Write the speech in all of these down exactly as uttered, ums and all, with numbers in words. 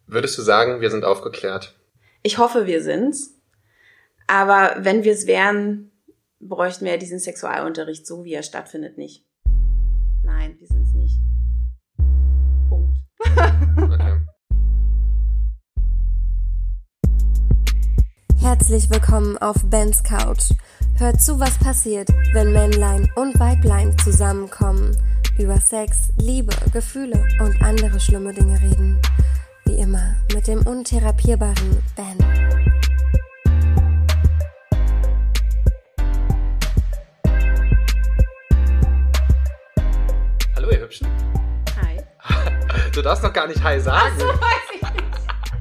Würdest du sagen, wir sind aufgeklärt? Ich hoffe, wir sind's. Aber wenn wir es wären, bräuchten wir ja diesen Sexualunterricht, so wie er stattfindet, nicht. Nein, wir sind's nicht. Punkt. Okay. Herzlich willkommen auf Bens Couch. Hört zu, was passiert, wenn Männlein und Weiblein zusammenkommen, über Sex, Liebe, Gefühle und andere schlimme Dinge reden. Wie immer mit dem untherapierbaren Ben. Hallo ihr Hübschen. Hi. Du darfst noch gar nicht Hi sagen. Ach so, weiß ich nicht.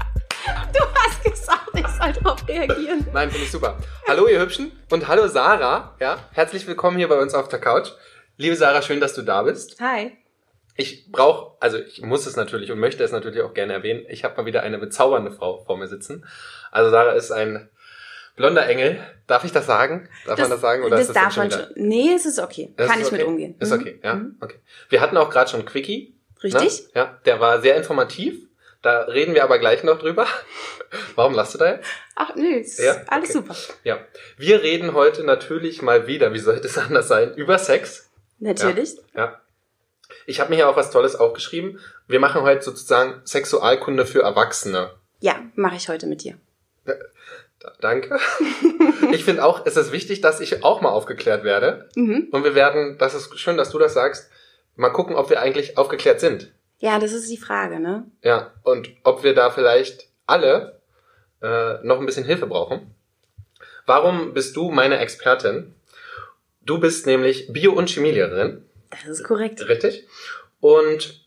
Du hast gesagt, ich soll darauf reagieren. Nein, finde ich super. Hallo ihr Hübschen und hallo Sarah. Ja, herzlich willkommen hier bei uns auf der Couch. Liebe Sarah, schön, dass du da bist. Hi. Ich brauche, also ich muss es natürlich und möchte es natürlich auch gerne erwähnen, ich habe mal wieder eine bezaubernde Frau vor mir sitzen. Also Sarah ist ein blonder Engel. Darf ich das sagen? Darf Das, man das sagen? Oder das ist das darf man schon. Nee, es ist okay. Das Kann ist ich okay? mit umgehen. Ist Mhm. okay, ja, Mhm. okay. Wir hatten auch gerade schon Quickie. Richtig? Ne? Ja, der war sehr informativ. Da reden wir aber gleich noch drüber. Warum lachst du da jetzt? Ach, nö, ist Ja? alles Okay. super. Ja. Wir reden heute natürlich mal wieder, wie sollte es anders sein, über Sex. Natürlich. Ja. ja. Ich habe mir hier auch was Tolles aufgeschrieben. Wir machen heute sozusagen Sexualkunde für Erwachsene. Ja, mache ich heute mit dir. Da, danke. Ich finde auch, es ist wichtig, dass ich auch mal aufgeklärt werde. Mhm. Und wir werden, das ist schön, dass du das sagst, mal gucken, ob wir eigentlich aufgeklärt sind. Ja, das ist die Frage, ne? Ja, und ob wir da vielleicht alle äh, noch ein bisschen Hilfe brauchen. Warum bist du meine Expertin? Du bist nämlich Bio- und Chemielehrerin. Das ist korrekt. Richtig. Und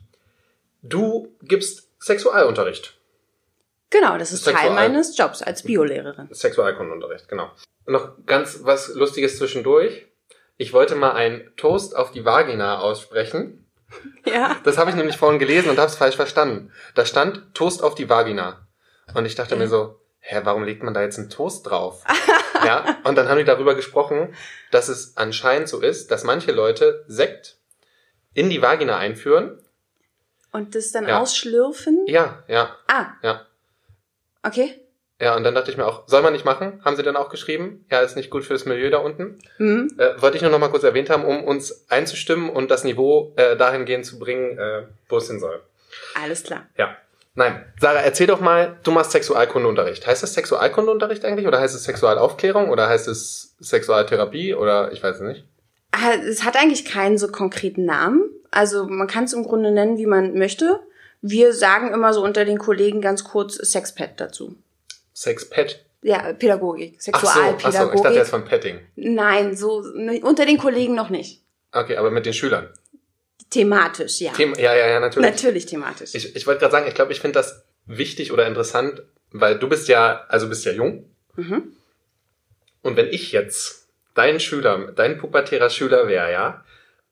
du gibst Sexualunterricht. Genau, das ist Sexual- Teil meines Jobs als Biolehrerin. Sexualkundenunterricht, genau. Noch ganz was Lustiges zwischendurch. Ich wollte mal einen Toast auf die Vagina aussprechen. Ja. Das habe ich nämlich vorhin gelesen und habe es falsch verstanden. Da stand Toast auf die Vagina. Und ich dachte Ja. mir so, hä, warum legt man da jetzt einen Toast drauf? Ja, und dann haben die darüber gesprochen, dass es anscheinend so ist, dass manche Leute Sekt in die Vagina einführen. Und das dann Ja. ausschlürfen? Ja, ja, Ah, ja. okay. Ja, und dann dachte ich mir auch, soll man nicht machen? Haben sie dann auch geschrieben? Ja, ist nicht gut fürs Milieu da unten. Mhm. Äh, wollte ich nur noch mal kurz erwähnt haben, um uns einzustimmen und das Niveau äh, dahingehend zu bringen, äh, wo es hin soll. Alles klar. Ja. Nein. Sarah, erzähl doch mal, du machst Sexualkundeunterricht. Heißt das Sexualkundeunterricht eigentlich? Oder heißt es Sexualaufklärung? Oder heißt es Sexualtherapie? Oder ich weiß es nicht. Ah, es hat eigentlich keinen so konkreten Namen. Also man kann es im Grunde nennen, wie man möchte. Wir sagen immer so unter den Kollegen ganz kurz Sexped dazu. Sexped? Ja, Pädagogik, Ach so, ach Sexualpädagogik. so, ich dachte jetzt von Petting. Nein, so ne, unter den Kollegen noch nicht. Okay, aber mit den Schülern. Thematisch, ja. Thema, ja, ja, ja, natürlich. Natürlich thematisch. Ich, ich wollte gerade sagen, ich glaube, ich finde das wichtig oder interessant, weil du bist ja, also bist ja jung. Mhm. Und wenn ich jetzt dein Schüler, dein pubertärer Schüler wäre, ja,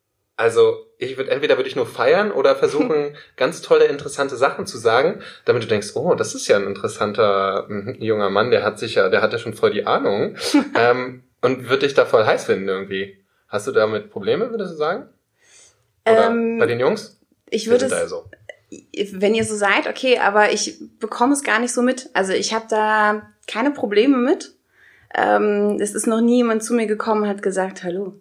also ich würde entweder würde ich nur feiern oder versuchen, ganz tolle, interessante Sachen zu sagen, damit du denkst, oh, das ist ja ein interessanter mh, junger Mann, der hat sich ja, der hat ja schon voll die Ahnung ähm, und würde dich da voll heiß finden irgendwie. Hast du damit Probleme, würdest du sagen? Oder Ähm, bei den Jungs? Ich Wir würde sind da ja es, so. wenn ihr so seid, okay, aber ich bekomme es gar nicht so mit. Also ich habe da keine Probleme mit. Ähm, es ist noch nie jemand zu mir gekommen und hat gesagt, hallo,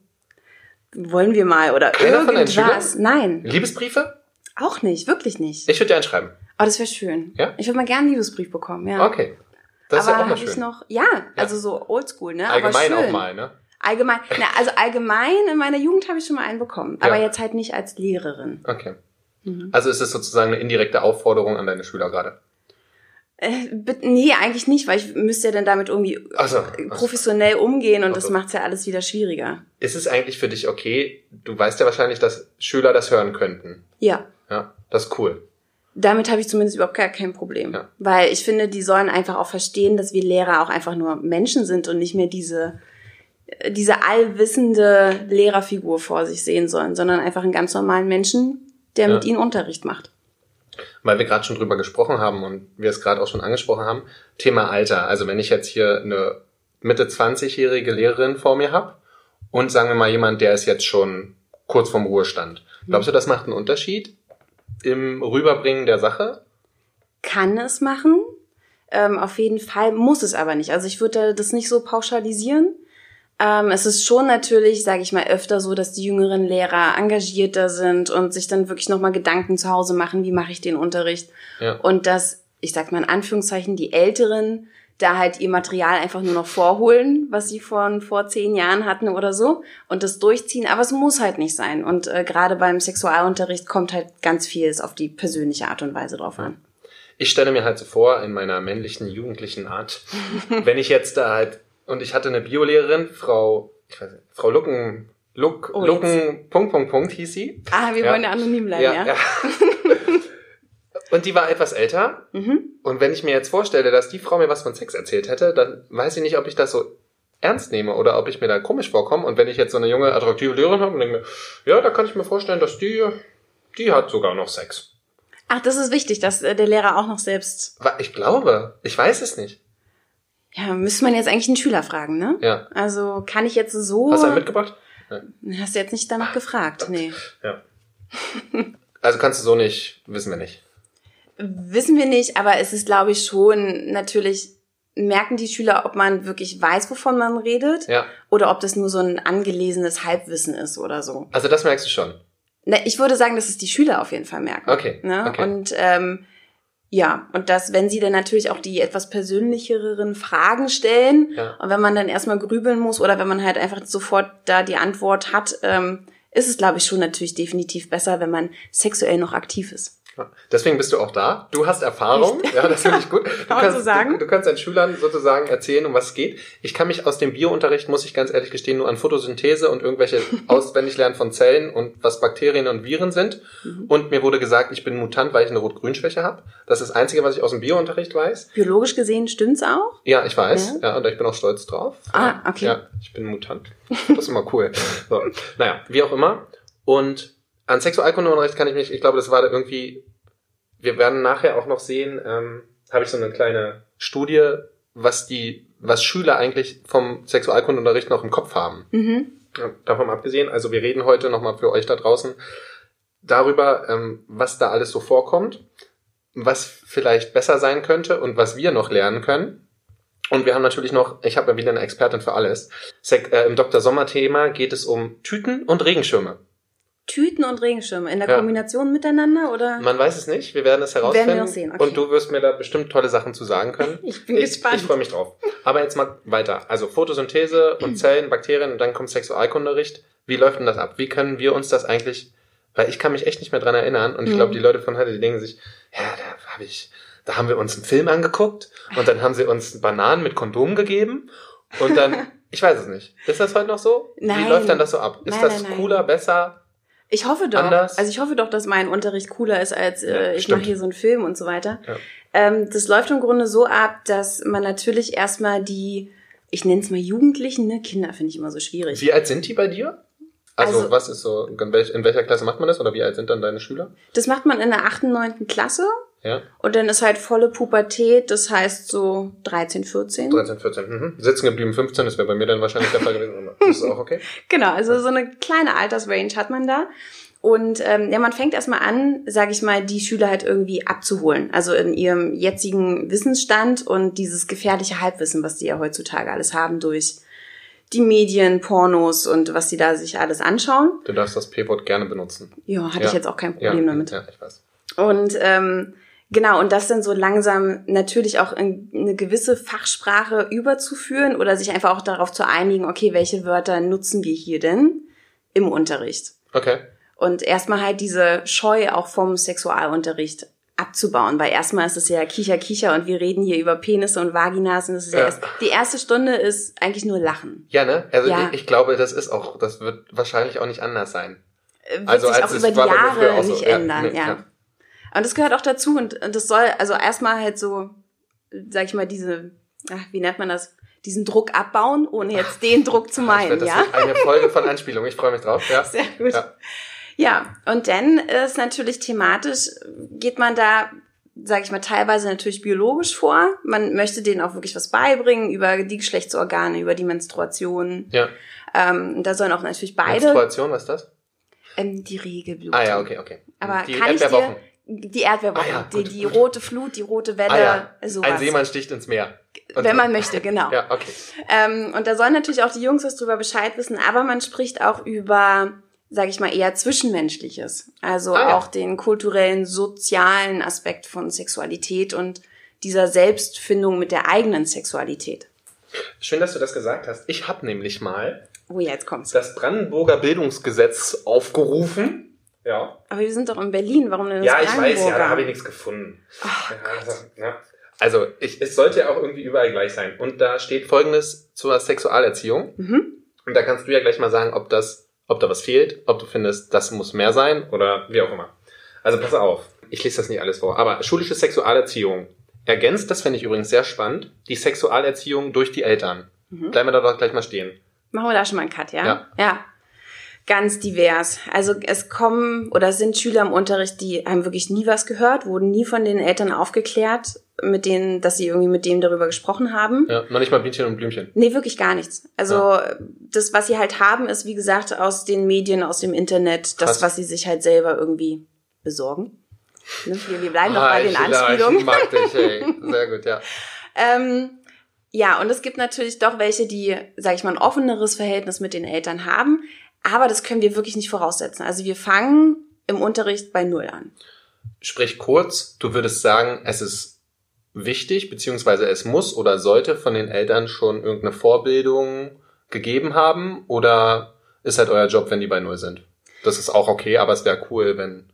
wollen wir mal oder Keiner von deinen irgendwas. Nein, Liebesbriefe? auch nicht, wirklich nicht. Ich würde dir einen schreiben. Aber das wäre schön. Ja? Ich würde mal gerne einen Liebesbrief bekommen, ja. Okay. Das ist aber ja auch mal habe ich schön. noch, ja, also so oldschool, ne? Allgemein aber schön. auch mal, ne? Allgemein, na, also allgemein in meiner Jugend habe ich schon mal einen bekommen, aber Ja. jetzt halt nicht als Lehrerin. Okay. Mhm. Also ist es sozusagen eine indirekte Aufforderung an deine Schüler gerade? Äh, bitte- nee, eigentlich nicht, weil ich müsste ja dann damit irgendwie Ach so, äh, ach so. professionell umgehen und Ach das so. macht's ja alles wieder schwieriger. Ist es eigentlich für dich okay? Du weißt ja wahrscheinlich, dass Schüler das hören könnten. Ja, Ja, das ist cool. damit habe ich zumindest überhaupt gar kein Problem. Ja. Weil ich finde, die sollen einfach auch verstehen, dass wir Lehrer auch einfach nur Menschen sind und nicht mehr diese, äh, diese allwissende Lehrerfigur vor sich sehen sollen, sondern einfach einen ganz normalen Menschen, der Ja. mit ihnen Unterricht macht. Weil wir gerade schon drüber gesprochen haben und wir es gerade auch schon angesprochen haben, Thema Alter. Also wenn ich jetzt hier eine Mitte zwanzigjährige Lehrerin vor mir habe und sagen wir mal jemand, der ist jetzt schon kurz vorm Ruhestand. Glaubst du, das macht einen Unterschied im Rüberbringen der Sache? kann es machen. Ähm, auf jeden Fall muss es aber nicht. Also ich würde das nicht so pauschalisieren. Ähm, es ist schon natürlich, sage ich mal, öfter so, dass die jüngeren Lehrer engagierter sind und sich dann wirklich nochmal Gedanken zu Hause machen, wie mache ich den Unterricht. Ja. Und dass, ich sag mal in Anführungszeichen, die Älteren da halt ihr Material einfach nur noch vorholen, was sie von vor zehn Jahren hatten oder so und das durchziehen. Aber es muss halt nicht sein. Und äh, gerade beim Sexualunterricht kommt halt ganz vieles auf die persönliche Art und Weise drauf an. Ich stelle mir halt so vor, in meiner männlichen, jugendlichen Art, wenn ich jetzt da halt, und ich hatte eine Biolehrerin, Frau, ich weiß nicht, Frau Lucken, Luck, oh, Lucken, Punkt, Punkt, Punkt hieß sie. Ah, wir ja. wollen ja anonym bleiben, ja. ja. ja. Und die war etwas älter. Mhm. Und wenn ich mir jetzt vorstelle, dass die Frau mir was von Sex erzählt hätte, dann weiß ich nicht, ob ich das so ernst nehme oder ob ich mir da komisch vorkomme. Und wenn ich jetzt so eine junge, attraktive Lehrerin habe und denke mir, ja, da kann ich mir vorstellen, dass die, die hat sogar noch Sex. Ach, das ist wichtig, dass der Lehrer auch noch selbst... Ich glaube, ich weiß es nicht. Ja, müsste man jetzt eigentlich einen Schüler fragen, ne? Ja. Also kann ich jetzt so... Hast du einen mitgebracht? Ja. Hast du jetzt nicht danach gefragt, nee. Ja. Also kannst du so nicht, wissen wir nicht. Wissen wir nicht, aber es ist, glaube ich, schon natürlich, merken die Schüler, ob man wirklich weiß, wovon man redet, ja. oder ob das nur so ein angelesenes Halbwissen ist oder so. Also das merkst du schon? Na, ich würde sagen, dass es die Schüler auf jeden Fall merken. Okay. Ne? okay. Und ähm, ja, und dass, wenn sie dann natürlich auch die etwas persönlicheren Fragen stellen, ja. und wenn man dann erstmal grübeln muss oder wenn man halt einfach sofort da die Antwort hat, ähm, ist es, glaube ich, schon natürlich definitiv besser, wenn man sexuell noch aktiv ist. Deswegen bist du auch da. Du hast Erfahrung. Ja, das finde ich gut. Du kann man kannst, so sagen? Du, du kannst deinen Schülern sozusagen erzählen, um was es geht. Ich kann mich aus dem Biounterricht, muss ich ganz ehrlich gestehen, nur an Photosynthese und irgendwelche Auswendiglernen von Zellen und was Bakterien und Viren sind. Mhm. Und mir wurde gesagt, ich bin Mutant, weil ich eine Rot-Grün-Schwäche habe. Das ist das Einzige, was ich aus dem Biounterricht weiß. Biologisch gesehen stimmt's auch? Ja, ich weiß. Ja, ja und ich bin auch stolz drauf. Ah, okay. Ja, ich bin Mutant. Das ist immer cool. So. Naja, wie auch immer. Und an Sexualkundeunterricht kann ich mich, ich glaube, das war da irgendwie... Wir werden nachher auch noch sehen, ähm, habe ich so eine kleine Studie, was die, was Schüler eigentlich vom Sexualkundeunterricht noch im Kopf haben. Mhm. Ja, davon abgesehen, also wir reden heute nochmal für euch da draußen darüber, ähm, was da alles so vorkommt, was vielleicht besser sein könnte und was wir noch lernen können. Und wir haben natürlich noch, ich habe ja wieder eine Expertin für alles. Sek- äh, im Doktor Sommer-Thema geht es um Tüten und Regenschirme. Tüten und Regenschirme in der ja. Kombination miteinander, oder? Man weiß es nicht, wir werden es herausfinden. Werden wir noch sehen, okay. Und du wirst mir da bestimmt tolle Sachen zu sagen können. Ich bin ich, gespannt. Ich freue mich drauf. Aber jetzt mal weiter. Also Photosynthese und Zellen, Bakterien und dann kommt Sexualkundeunterricht. Wie läuft denn das ab? Wie können wir uns das eigentlich, weil ich kann mich echt nicht mehr dran erinnern und ich glaube, die Leute von heute, die denken sich, ja, da habe ich, da haben wir uns einen Film angeguckt und dann haben sie uns Bananen mit Kondom gegeben und dann, ich weiß es nicht. Ist das heute noch so? Nein. Wie läuft dann das so ab? Ist nein, das nein, cooler, nein. besser? Ich hoffe doch. Anders? Also ich hoffe doch, dass mein Unterricht cooler ist als äh, Ja, ich stimmt. mache hier so einen Film und so weiter. Ja. Ähm, das läuft im Grunde so ab, dass man natürlich erstmal die, ich nenne es mal Jugendlichen, ne, Kinder finde ich immer so schwierig. Wie alt sind die bei dir? Also, Also- was ist so, in, welch, in welcher Klasse macht man das oder wie alt sind dann deine Schüler? Das macht man in der achten, neunten Klasse Ja, und dann ist halt volle Pubertät, das heißt so dreizehn, vierzehn. dreizehn, vierzehn. Mhm. Sitzen geblieben fünfzehn, das wäre bei mir dann wahrscheinlich der Fall gewesen. Das ist auch okay. Genau, also so eine kleine Altersrange hat man da. Und ähm, ja, man fängt erstmal an, sage ich mal, die Schüler halt irgendwie abzuholen. Also in ihrem jetzigen Wissensstand und dieses gefährliche Halbwissen, was die ja heutzutage alles haben durch die Medien, Pornos und was die da sich alles anschauen. Du darfst das P-Wort gerne benutzen. Ja, hatte Ja. ich jetzt auch kein Problem ja, damit. Ja, ich weiß. Und ähm, genau, und das dann so langsam natürlich auch in eine gewisse Fachsprache überzuführen oder sich einfach auch darauf zu einigen, okay, welche Wörter nutzen wir hier denn im Unterricht? Okay. Und erstmal halt diese Scheu auch vom Sexualunterricht abzubauen, weil erstmal ist es ja Kicher, Kicher und wir reden hier über Penisse und Vaginas und das ist ja, Ja. erst, die erste Stunde ist eigentlich nur Lachen. Ja, ne? Also Ja. Ich, ich glaube, das ist auch, das wird wahrscheinlich auch nicht anders sein. Äh, Wird Also sich als auch es über die war bei mir früher Jahre auch so. nicht Ja, ändern, nee, ja. ja. Und das gehört auch dazu und und das soll also erstmal halt so, sag ich mal, diese, ach, wie nennt man das, diesen Druck abbauen, ohne jetzt den Druck zu Ich meinen, werde das ja? wird eine Folge von Anspielung. Ich freue mich drauf. Ja. Sehr gut. Ja. Ja, und dann ist natürlich thematisch, geht man da, sage ich mal, teilweise natürlich biologisch vor. Man möchte denen auch wirklich was beibringen über die Geschlechtsorgane, über die Menstruation. Ja. Ähm, da sollen auch natürlich beide Menstruation, was ist das? ähm, die Regelblutung. Ah ja, okay, okay. Aber die kann ich dir, Erdbeerwochen. Die Erdbeerwochen, ah, ja, die, die rote Flut, die rote Welle, ah, ja. sowas. Ein Seemann sticht ins Meer. Und wenn man möchte, genau. Ja, okay. Ähm, und da sollen natürlich auch die Jungs was drüber Bescheid wissen, aber man spricht auch über, sage ich mal, eher Zwischenmenschliches. Also ah, ja. auch den kulturellen, sozialen Aspekt von Sexualität und dieser Selbstfindung mit der eigenen Sexualität. Schön, dass du das gesagt hast. Ich habe nämlich mal oh ja, jetzt kommt's. das Brandenburger Bildungsgesetz aufgerufen. Ja. Aber wir sind doch in Berlin, warum denn das Ja, ich weiß, ja, da Brandenburger? habe ich nichts gefunden. Oh, ja, also, ja. also ich, es sollte ja auch irgendwie überall gleich sein. Und da steht Folgendes zur Sexualerziehung. Mhm. Und da kannst du ja gleich mal sagen, ob das, ob da was fehlt, ob du findest, das muss mehr sein oder wie auch immer. Also pass auf, ich lese das nicht alles vor. Aber schulische Sexualerziehung ergänzt, das finde ich übrigens sehr spannend, die Sexualerziehung durch die Eltern. Mhm. Bleiben wir da doch gleich mal stehen. Machen wir da schon mal einen Cut, ja? Ja. Ja. Ganz divers. Also es kommen oder es sind Schüler im Unterricht, die haben wirklich nie was gehört, wurden nie von den Eltern aufgeklärt, mit denen, dass sie irgendwie mit dem darüber gesprochen haben. Ja, noch nicht mal Bienchen und Blümchen. Nee, wirklich gar nichts. Also ja. Das, was sie halt haben, ist, wie gesagt, aus den Medien, aus dem Internet, das, Krass. Was sie sich halt selber irgendwie besorgen. Ne? Wir, wir bleiben doch ah, bei den Anspielungen. Ich mag dich, ey. Sehr gut, ja. ähm, ja, und es gibt natürlich doch welche, die, sag ich mal, ein offeneres Verhältnis mit den Eltern haben. Aber das können wir wirklich nicht voraussetzen. Also wir fangen im Unterricht bei Null an. Sprich kurz, du würdest sagen, es ist wichtig, beziehungsweise es muss oder sollte von den Eltern schon irgendeine Vorbildung gegeben haben? Oder ist halt euer Job, wenn die bei Null sind? Das ist auch okay, aber es wäre cool, wenn...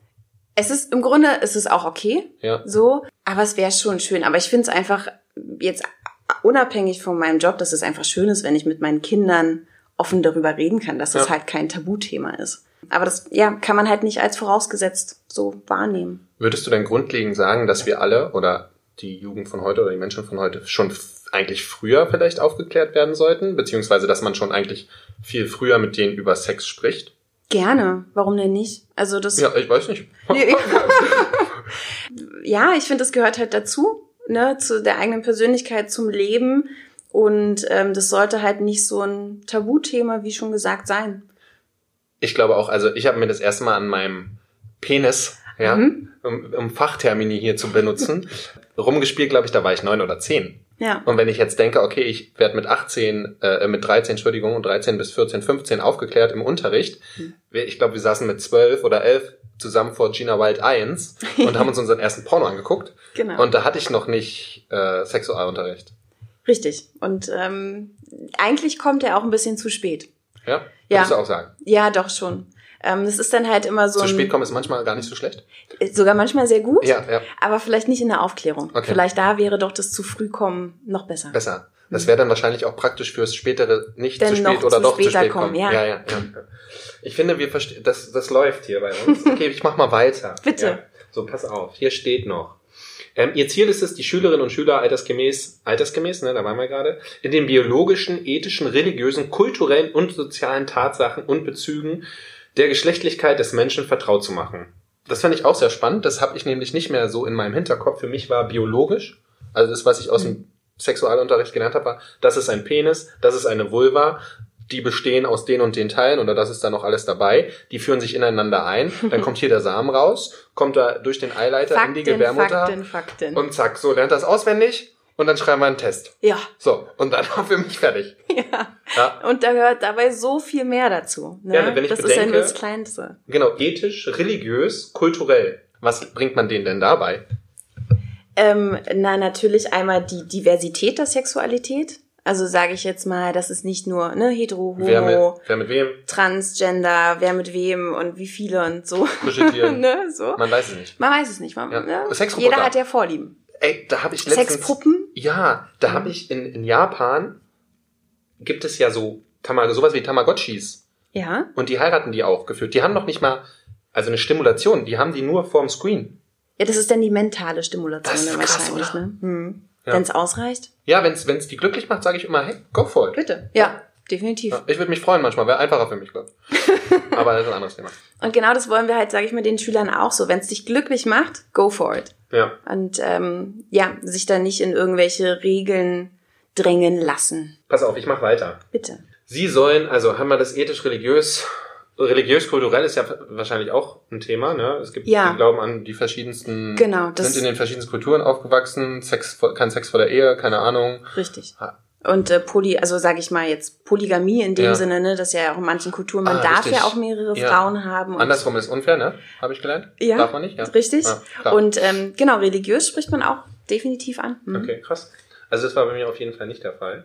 Es ist, im Grunde ist es auch okay, ja. so, aber es wäre schon schön. Aber ich finde es einfach jetzt unabhängig von meinem Job, dass es einfach schön ist, wenn ich mit meinen Kindern offen darüber reden kann, dass das ja. halt kein Tabuthema ist. Aber das ja kann man halt nicht als vorausgesetzt so wahrnehmen. Würdest du denn grundlegend sagen, dass wir alle oder die Jugend von heute oder die Menschen von heute schon f- eigentlich früher vielleicht aufgeklärt werden sollten? Beziehungsweise, dass man schon eigentlich viel früher mit denen über Sex spricht? Gerne. Warum denn nicht? Also das. Ja, ich weiß nicht. Nee. Ja, ich finde, das gehört halt dazu, ne, zu der eigenen Persönlichkeit, zum Leben. Und ähm, das sollte halt nicht so ein Tabuthema, wie schon gesagt, sein. Ich glaube auch, also ich habe mir das erste Mal an meinem Penis, ja, mhm. um, um Fachtermini hier zu benutzen, rumgespielt, glaube ich, da war ich neun oder zehn. Ja. Und wenn ich jetzt denke, okay, ich werde mit achtzehn, äh, mit dreizehn, Entschuldigung, und dreizehn bis vierzehn, fünfzehn aufgeklärt im Unterricht. Mhm. Ich glaube, wir saßen mit zwölf oder elf zusammen vor Gina Wild eins und haben uns unseren ersten Porno angeguckt. Genau. Und da hatte ich noch nicht äh, Sexualunterricht. Richtig. Und ähm, eigentlich kommt er auch ein bisschen zu spät. Ja? Ja. Würdest du auch sagen? Ja, doch schon. Ähm, das ist dann halt immer so Zu ein... spät kommen ist manchmal gar nicht so schlecht? Sogar manchmal sehr gut, ja, ja. aber vielleicht nicht in der Aufklärung. Okay. Vielleicht da wäre doch das zu früh kommen noch besser. Besser. Das wäre dann wahrscheinlich auch praktisch fürs spätere nicht dann zu spät noch oder zu doch zu spät kommen. kommen. Ja. Ja, ja, ja. Ich finde, wir verstehen, das, das läuft hier bei uns. Okay, ich mach mal weiter. Bitte. Ja. So, pass auf. Hier steht noch. Ähm, ihr Ziel ist es, die Schülerinnen und Schüler altersgemäß, altersgemäß, ne, da waren wir gerade, in den biologischen, ethischen, religiösen, kulturellen und sozialen Tatsachen und Bezügen der Geschlechtlichkeit des Menschen vertraut zu machen. Das fand ich auch sehr spannend. Das habe ich nämlich nicht mehr so in meinem Hinterkopf. Für mich war biologisch, also das, was ich aus dem Sexualunterricht gelernt habe, war, das ist ein Penis, das ist eine Vulva, die bestehen aus den und den Teilen oder das ist da noch alles dabei. Die führen sich ineinander ein. Dann kommt hier der Samen raus, kommt da durch den Eileiter Fakten, in die Gebärmutter. Fakten, Fakten. Und zack, so lernt das auswendig und dann schreiben wir einen Test. Ja. So, und dann war für mich fertig. Ja. Ja. Und da gehört dabei so viel mehr dazu. Ne? Ja, wenn ich das bedenke, ist ja nur das Kleinste. Genau, ethisch, religiös, kulturell. Was bringt man denen denn dabei? Ähm, na, natürlich einmal die Diversität der Sexualität. Also sage ich jetzt mal, das ist nicht nur ne, hetero, homo, wer mit, wer mit wem? Transgender, wer mit wem und wie viele und so. ne, so. Man weiß es nicht. Man weiß es nicht. Man, ja. ne? Sexroboter. Jeder hat ja Vorlieben. Ey, da habe ich letztens... Sexpuppen? Ja, da mhm. habe ich in, in Japan, gibt es ja so Tama, sowas wie Tamagotchis. Ja. Und die heiraten die auch gefühlt. Die haben noch nicht mal, also eine Stimulation, die haben die nur vorm Screen. Ja, das ist dann die mentale Stimulation das ist dann krass, wahrscheinlich, oder? ne? Hm. Ja. Wenn es ausreicht? Ja, wenn es die glücklich macht, sage ich immer, hey, go for it. Bitte. Ja, definitiv. Ja, ich würde mich freuen manchmal, wäre einfacher für mich, glaube ich. Aber das ist ein anderes Thema. Und genau das wollen wir halt, sage ich mal, den Schülern auch so. Wenn es dich glücklich macht, go for it. Ja. Und ähm, ja, sich da nicht in irgendwelche Regeln drängen lassen. Pass auf, ich mache weiter. Bitte. Sie sollen, also haben wir das ethisch-religiös, Religiös-kulturell ist ja wahrscheinlich auch ein Thema, ne? Es gibt, ja. die glauben an die verschiedensten, genau, das sind in den verschiedensten Kulturen aufgewachsen, Sex, kein Sex vor der Ehe, keine Ahnung. Richtig. Und äh, Poly, also sage ich mal jetzt Polygamie in dem ja. Sinne, ne, dass ja auch in manchen Kulturen, man ah, darf richtig. ja auch mehrere ja. Frauen haben. Und andersrum ist unfair, ne? Habe ich gelernt? Ja, darf man nicht? Ja, richtig. Ah, und ähm, genau, religiös spricht man auch definitiv an. Mhm. Okay, krass. Also das war bei mir auf jeden Fall nicht der Fall.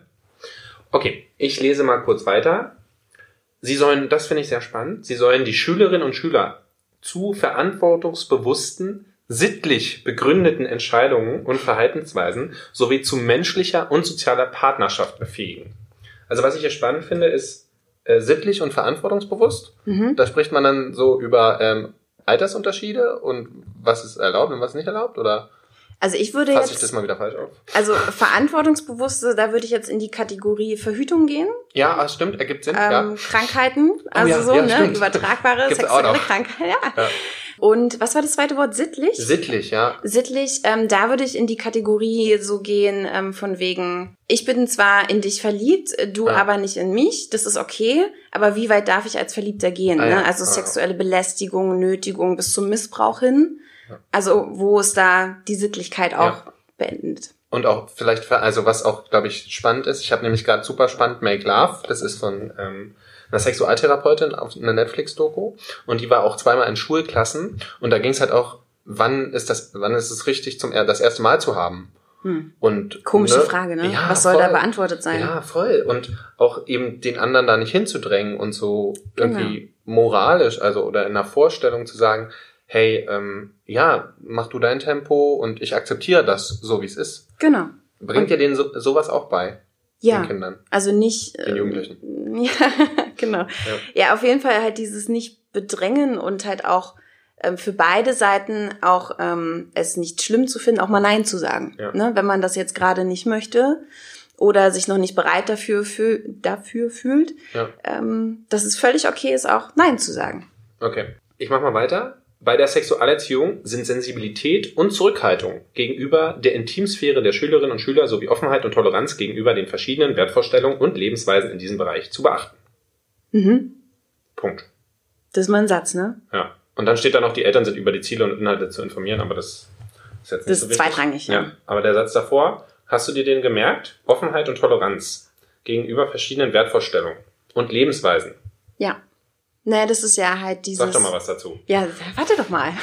Okay, ich lese mal kurz weiter. Sie sollen, das finde ich sehr spannend, Sie sollen die Schülerinnen und Schüler zu verantwortungsbewussten, sittlich begründeten Entscheidungen und Verhaltensweisen sowie zu menschlicher und sozialer Partnerschaft befähigen. Also was ich hier spannend finde, ist äh, sittlich und verantwortungsbewusst. Mhm. Da spricht man dann so über ähm, Altersunterschiede und was ist erlaubt und was nicht erlaubt, oder? Also ich würde Fasse jetzt, ich das mal wieder falsch auf? Also verantwortungsbewusste, da würde ich jetzt in die Kategorie Verhütung gehen. Ja, das stimmt, ergibt Sinn. Ähm, ja. Krankheiten, also oh, ja, so, ja, ne, stimmt. übertragbare Gibt's auch sexuelle noch. Krankheiten. Ja. Ja. Und was war das zweite Wort? Sittlich? Sittlich, ja. Sittlich, ähm, da würde ich in die Kategorie so gehen, ähm, von wegen, ich bin zwar in dich verliebt, du Ja. aber nicht in mich, das ist okay, aber wie weit darf ich als Verliebter gehen? Ah, ne? ja. Also Ah. sexuelle Belästigung, Nötigung bis zum Missbrauch hin. Ja. Also wo ist da die Sittlichkeit auch Ja. beendet? Und auch vielleicht, für, also was auch, glaube ich, spannend ist, ich habe nämlich gerade super spannend Make Love, das ist von ähm, einer Sexualtherapeutin auf einer Netflix-Doku und die war auch zweimal in Schulklassen und da ging es halt auch, wann ist das, wann ist es richtig, zum das erste Mal zu haben? Hm. Und, Komische ne, Frage, ne? Ja, Was soll voll. da beantwortet sein? Ja, voll. Und auch eben den anderen da nicht hinzudrängen und so irgendwie Genau. moralisch, also oder in einer Vorstellung zu sagen, hey, ähm, ja, mach du dein Tempo und ich akzeptiere das so, wie es ist. Genau. Bringt ihr denen so, sowas auch bei, Ja, den Kindern, also nicht... den ähm, Jugendlichen? Ja, genau. Ja. Ja, auf jeden Fall halt dieses nicht bedrängen und halt auch ähm, für beide Seiten auch ähm, es nicht schlimm zu finden, auch mal Nein zu sagen. Ja. Ne? Wenn man das jetzt gerade nicht möchte oder sich noch nicht bereit dafür, für, dafür fühlt, Ja. ähm, dass es völlig okay ist, auch Nein zu sagen. Okay, ich mach mal weiter. Bei der Sexualerziehung sind Sensibilität und Zurückhaltung gegenüber der Intimsphäre der Schülerinnen und Schüler sowie Offenheit und Toleranz gegenüber den verschiedenen Wertvorstellungen und Lebensweisen in diesem Bereich zu beachten. Mhm. Punkt. Das ist mal ein Satz, ne? Ja. Und dann steht da noch, die Eltern sind über die Ziele und Inhalte zu informieren, aber das ist jetzt nicht Das so ist wichtig. zweitrangig, ja. Ja. Aber der Satz davor, hast du dir den gemerkt? Offenheit und Toleranz gegenüber verschiedenen Wertvorstellungen und Lebensweisen. Ja. Naja, das ist ja halt dieses... Sag doch mal was dazu. Ja, warte doch mal.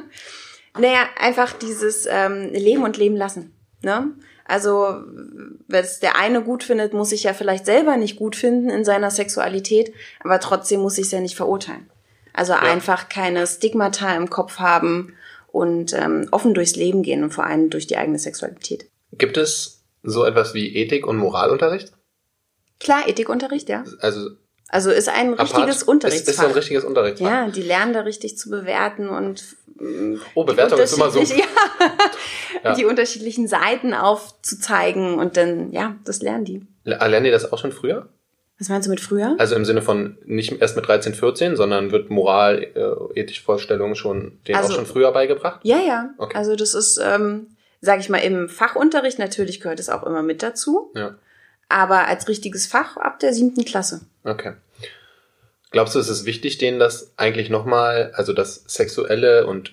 Naja, einfach dieses ähm, Leben und Leben lassen. Ne? Also, wenn es der eine gut findet, muss ich ja vielleicht selber nicht gut finden in seiner Sexualität, aber trotzdem muss ich es ja nicht verurteilen. Also Ja. einfach keine Stigmata im Kopf haben und ähm, offen durchs Leben gehen und vor allem durch die eigene Sexualität. Gibt es so etwas wie Ethik- und Moralunterricht? Klar, Ethikunterricht, ja. Also Also ist ein richtiges apart, ist, Unterrichtsfach. ist so ein richtiges Unterrichtsfach. Ja, die lernen da richtig zu bewerten und mh, Oh, die Bewertung ist immer so. unterschiedlich- Ja, Ja. die unterschiedlichen Seiten aufzuzeigen und dann, ja, das lernen die. Lernen die das auch schon früher? Was meinst du mit früher? Also im Sinne von nicht erst mit dreizehn, vierzehn, sondern wird Moral, äh, ethische Vorstellungen schon denen Also- auch schon früher beigebracht? Ja, ja. Okay. Also das ist, ähm, sage ich mal, im Fachunterricht natürlich gehört es auch immer mit dazu, Ja, aber als richtiges Fach ab der siebten Klasse. okay. Glaubst du, es ist wichtig, denen das eigentlich nochmal, also das Sexuelle und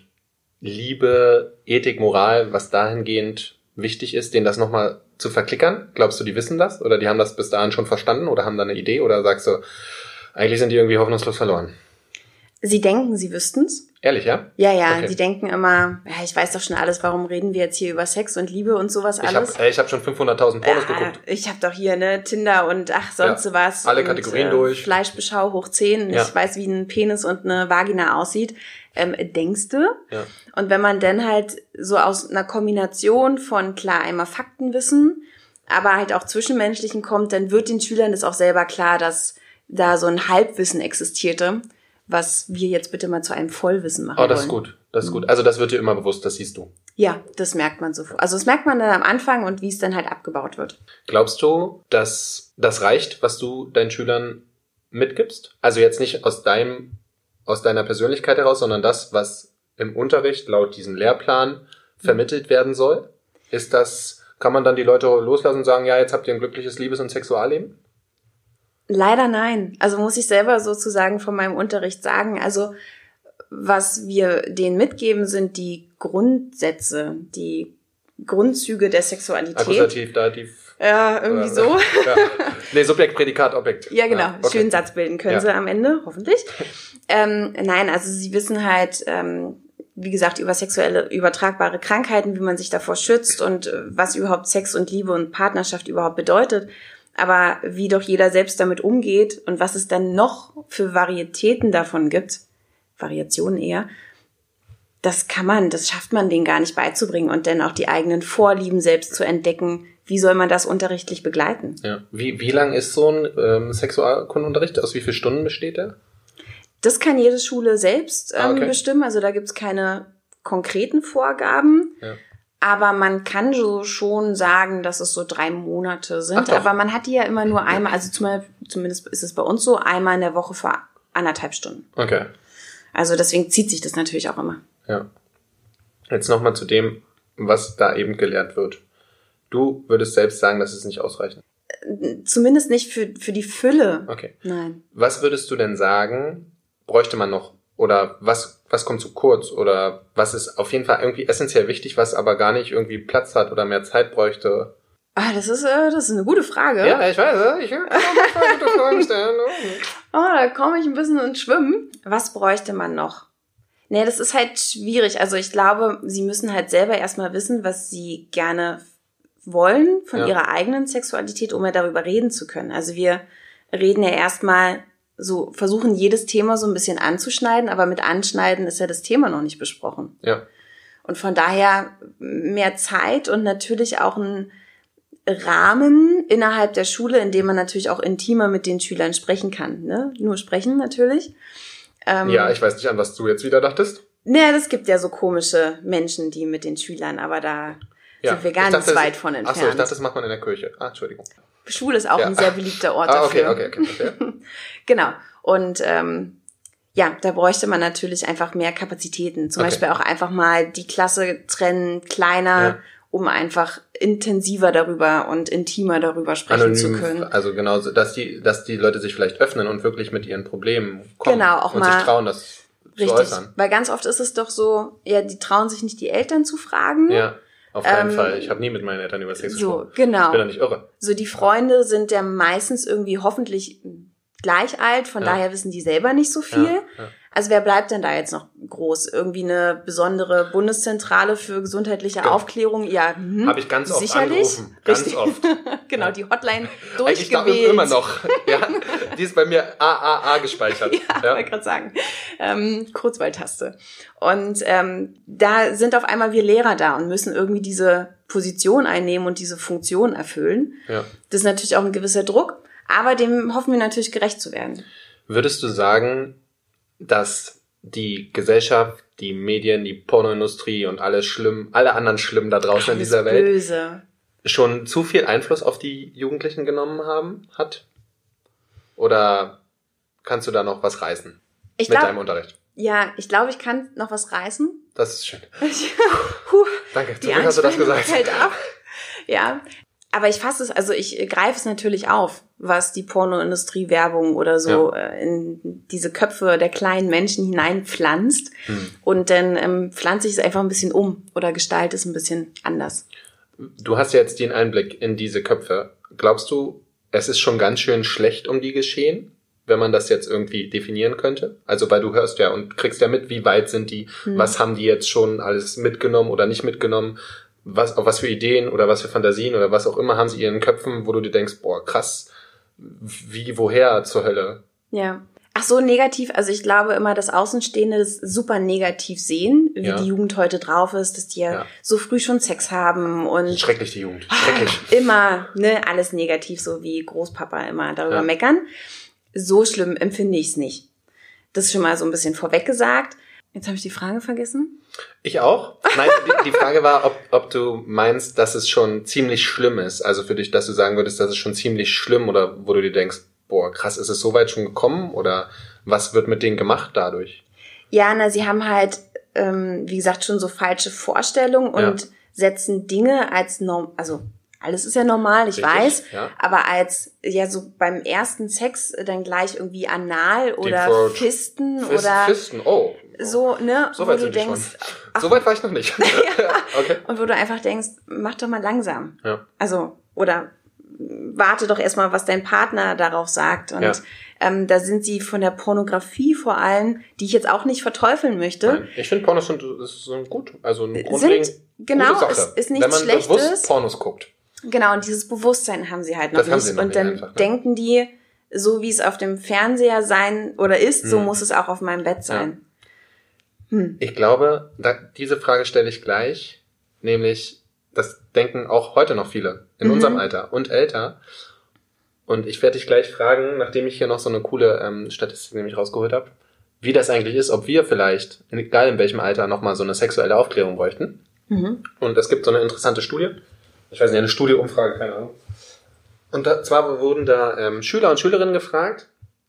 Liebe, Ethik, Moral, was dahingehend wichtig ist, denen das nochmal zu verklickern? Glaubst du, die wissen das? Oder die haben das bis dahin schon verstanden oder haben da eine Idee? Oder sagst du, eigentlich sind die irgendwie hoffnungslos verloren? Sie denken, sie wüssten's. Ehrlich, ja? Ja, ja, Okay. die denken immer, ja, ich weiß doch schon alles, warum reden wir jetzt hier über Sex und Liebe und sowas Ich alles. habe ich hab schon fünfhunderttausend Pornos Ja, geguckt. ich habe doch hier, ne, Tinder und ach, sonst Ja, was. alle und, Kategorien durch. Fleischbeschau hoch zehn. Ja. Ich weiß, wie ein Penis und eine Vagina aussieht. Ähm, denkst du? Ja. Und wenn man dann halt so aus einer Kombination von, klar, einmal Faktenwissen, aber halt auch Zwischenmenschlichen kommt, dann wird den Schülern das auch selber klar, dass da so ein Halbwissen existierte, was wir jetzt bitte mal zu einem Vollwissen machen Oh, das ist wollen. gut. Das ist gut. Also das wird dir immer bewusst, das siehst du. Ja, das merkt man so. Also das merkt man dann am Anfang und wie es dann halt abgebaut wird. Glaubst du, dass das reicht, was du deinen Schülern mitgibst? Also jetzt nicht aus deinem, aus deiner Persönlichkeit heraus, sondern das, was im Unterricht laut diesem Lehrplan vermittelt werden soll? Ist das, kann man dann die Leute loslassen und sagen, ja, jetzt habt ihr ein glückliches Liebes- und Sexualleben? Leider nein. Also muss ich selber sozusagen von meinem Unterricht sagen. Also was wir denen mitgeben, sind die Grundsätze, die Grundzüge der Sexualität. Akkusativ, Dativ. Ja, irgendwie oder, so. Ja. Nee, Subjekt, Prädikat, Objekt. Ja, genau. Ah, okay. Schönen Satz bilden können ja. sie am Ende, hoffentlich. ähm, nein, also sie wissen halt, ähm, wie gesagt, über sexuelle übertragbare Krankheiten, wie man sich davor schützt und äh, was überhaupt Sex und Liebe und Partnerschaft überhaupt bedeutet. Aber wie doch jeder selbst damit umgeht und was es dann noch für Varietäten davon gibt, Variationen eher, das kann man, das schafft man denen gar nicht beizubringen und dann auch die eigenen Vorlieben selbst zu entdecken. Wie soll man das unterrichtlich begleiten? Ja. Wie, wie lang ist so ein ähm, Sexualkundenunterricht? Aus wie vielen Stunden besteht der? Das kann jede Schule selbst ähm, ah, okay. bestimmen. Also da gibt's keine konkreten Vorgaben. Ja. Aber man kann so schon sagen, dass es so drei Monate sind. Ach, aber man hat die ja immer nur einmal, also zumindest ist es bei uns so, einmal in der Woche für anderthalb Stunden. Okay. Also deswegen zieht sich das natürlich auch immer. Ja. Jetzt nochmal zu dem, was da eben gelehrt wird. Du würdest selbst sagen, dass es nicht ausreicht. Zumindest nicht für, für die Fülle. Okay. Nein. Was würdest du denn sagen, bräuchte man noch? Oder was, was kommt zu kurz? Oder was ist auf jeden Fall irgendwie essentiell wichtig, was aber gar nicht irgendwie Platz hat oder mehr Zeit bräuchte? Ah, das ist, äh, das ist eine gute Frage. Ja, ich weiß, ich kann auch mal gute Fragen stellen. Oh, da komme ich ein bisschen ins Schwimmen. Was bräuchte man noch? Nee, das ist halt schwierig. Also ich glaube, sie müssen halt selber erstmal wissen, was sie gerne wollen von ja. ihrer eigenen Sexualität, um ja darüber reden zu können. Also wir reden ja erstmal so, versuchen jedes Thema so ein bisschen anzuschneiden, aber mit Anschneiden ist ja das Thema noch nicht besprochen. Ja. Und von daher mehr Zeit und natürlich auch ein Rahmen innerhalb der Schule, in dem man natürlich auch intimer mit den Schülern sprechen kann. Ne? Nur sprechen natürlich. Ähm, ja, ich weiß nicht, an was du jetzt wieder dachtest. Naja, das gibt ja so komische Menschen, die mit den Schülern, aber da ja, sind wir ganz dachte, weit von entfernt. Achso, ich dachte, das macht man in der Kirche. Ah, Entschuldigung. Schule ist auch ja. ein sehr beliebter Ort ah, okay, dafür. okay, okay, okay. Genau. Und ähm, ja, da bräuchte man natürlich einfach mehr Kapazitäten. Zum okay. Beispiel auch einfach mal die Klasse trennen, kleiner, ja. um einfach intensiver darüber und intimer darüber sprechen Anonym, zu können. Also genau, dass die, dass die Leute sich vielleicht öffnen und wirklich mit ihren Problemen kommen. Genau, auch und mal sich trauen, das richtig, zu äußern. Weil ganz oft ist es doch so, ja, die trauen sich nicht, die Eltern zu fragen. Ja, auf keinen ähm, Fall. Ich habe nie mit meinen Eltern über Sex gesprochen. So, genau. Ich bin da nicht irre. So, die Freunde sind ja meistens irgendwie hoffentlich gleich alt, von ja. daher wissen die selber nicht so viel. Ja, ja. Also wer bleibt denn da jetzt noch groß? Irgendwie eine besondere Bundeszentrale für gesundheitliche genau. Aufklärung? Ja, hm, habe ich ganz oft sicherlich. angerufen. Ganz Richtig. oft. Genau, die Hotline durchgewählt. Ich glaube immer noch. Ja, die ist bei mir A A A gespeichert. ja, ja. wollte gerade sagen. Ähm, Kurzwahltaste. Und ähm, da sind auf einmal wir Lehrer da und müssen irgendwie diese Position einnehmen und diese Funktion erfüllen. Ja. Das ist natürlich auch ein gewisser Druck, aber dem hoffen wir natürlich gerecht zu werden. Würdest du sagen, dass die Gesellschaft, die Medien, die Pornoindustrie und alles schlimm, alle anderen schlimm da draußen in dieser Welt böse. schon zu viel Einfluss auf die Jugendlichen genommen haben, hat? Oder kannst du da noch was reißen ich mit glaub, deinem Unterricht? Ja, ich glaube, ich kann noch was reißen. Das ist schön. Puh, Danke, zum Glück hast du das gesagt. Fällt ab. Ja, aber ich fasse es, also ich greife es natürlich auf, was die Pornoindustrie-Werbung oder so ja. in diese Köpfe der kleinen Menschen hineinpflanzt. Hm. Und dann ähm, pflanze ich es einfach ein bisschen um oder gestalte es ein bisschen anders. Du hast ja jetzt den Einblick in diese Köpfe. Glaubst du, es ist schon ganz schön schlecht um die geschehen, wenn man das jetzt irgendwie definieren könnte? Also weil du hörst ja und kriegst ja mit, wie weit sind die, hm. was haben die jetzt schon alles mitgenommen oder nicht mitgenommen, was, auf was für Ideen oder was für Fantasien oder was auch immer haben sie in ihren Köpfen, wo du dir denkst, boah, krass, wie, woher zur Hölle? Ja. Ach so, negativ, also ich glaube immer, dass Außenstehende das super negativ sehen, wie ja. die Jugend heute drauf ist, dass die ja, ja so früh schon Sex haben und... Schrecklich, die Jugend, schrecklich. Immer, ne, alles negativ, so wie Großpapa immer darüber ja. meckern. So schlimm empfinde ich es nicht. Das ist schon mal so ein bisschen vorweg gesagt. Jetzt habe ich die Frage vergessen. Ich auch. Nein, die, die Frage war, ob, ob du meinst, dass es schon ziemlich schlimm ist. Also für dich, dass du sagen würdest, dass es schon ziemlich schlimm oder wo du dir denkst, boah, krass, ist es so weit schon gekommen oder was wird mit denen gemacht dadurch? Ja, na, sie haben halt, ähm, wie gesagt, schon so falsche Vorstellungen und ja. setzen Dinge als norm, also alles ist ja normal, ich Richtig, weiß, ja. aber als, ja, so beim ersten Sex dann gleich irgendwie Anal oder Throat. Fisten Fist, oder Fisten, oh. so, ne, So wo weit du sind wir denkst, schon. So weit war ich noch nicht. Okay. und wo du einfach denkst, mach doch mal langsam. Ja. Also, oder warte doch erstmal, was dein Partner darauf sagt. Und Ja. ähm, da sind sie von der Pornografie vor allem, die ich jetzt auch nicht verteufeln möchte. Nein, ich finde Pornos sind, sind gut. Also ein grundlegend Sind, genau, gute Sache. es ist nichts Wenn man Schlechtes. bewusst Pornos guckt. Genau, und dieses Bewusstsein haben sie halt noch Das haben nicht. sie noch und nicht dann einfach, ne? denken die, so wie es auf dem Fernseher sein oder ist, so Hm. muss es auch auf meinem Bett sein. Ich glaube, da, diese Frage stelle ich gleich, nämlich, das denken auch heute noch viele in Mhm. unserem Alter und älter. Und ich werde dich gleich fragen, nachdem ich hier noch so eine coole ähm, Statistik nämlich rausgeholt habe, wie das eigentlich ist, ob wir vielleicht, egal in welchem Alter, nochmal so eine sexuelle Aufklärung bräuchten. Mhm. Und es gibt so eine interessante Studie, ich weiß nicht, eine Studie, Umfrage, keine Ahnung. Und da, zwar wurden da ähm, Schüler und Schülerinnen gefragt,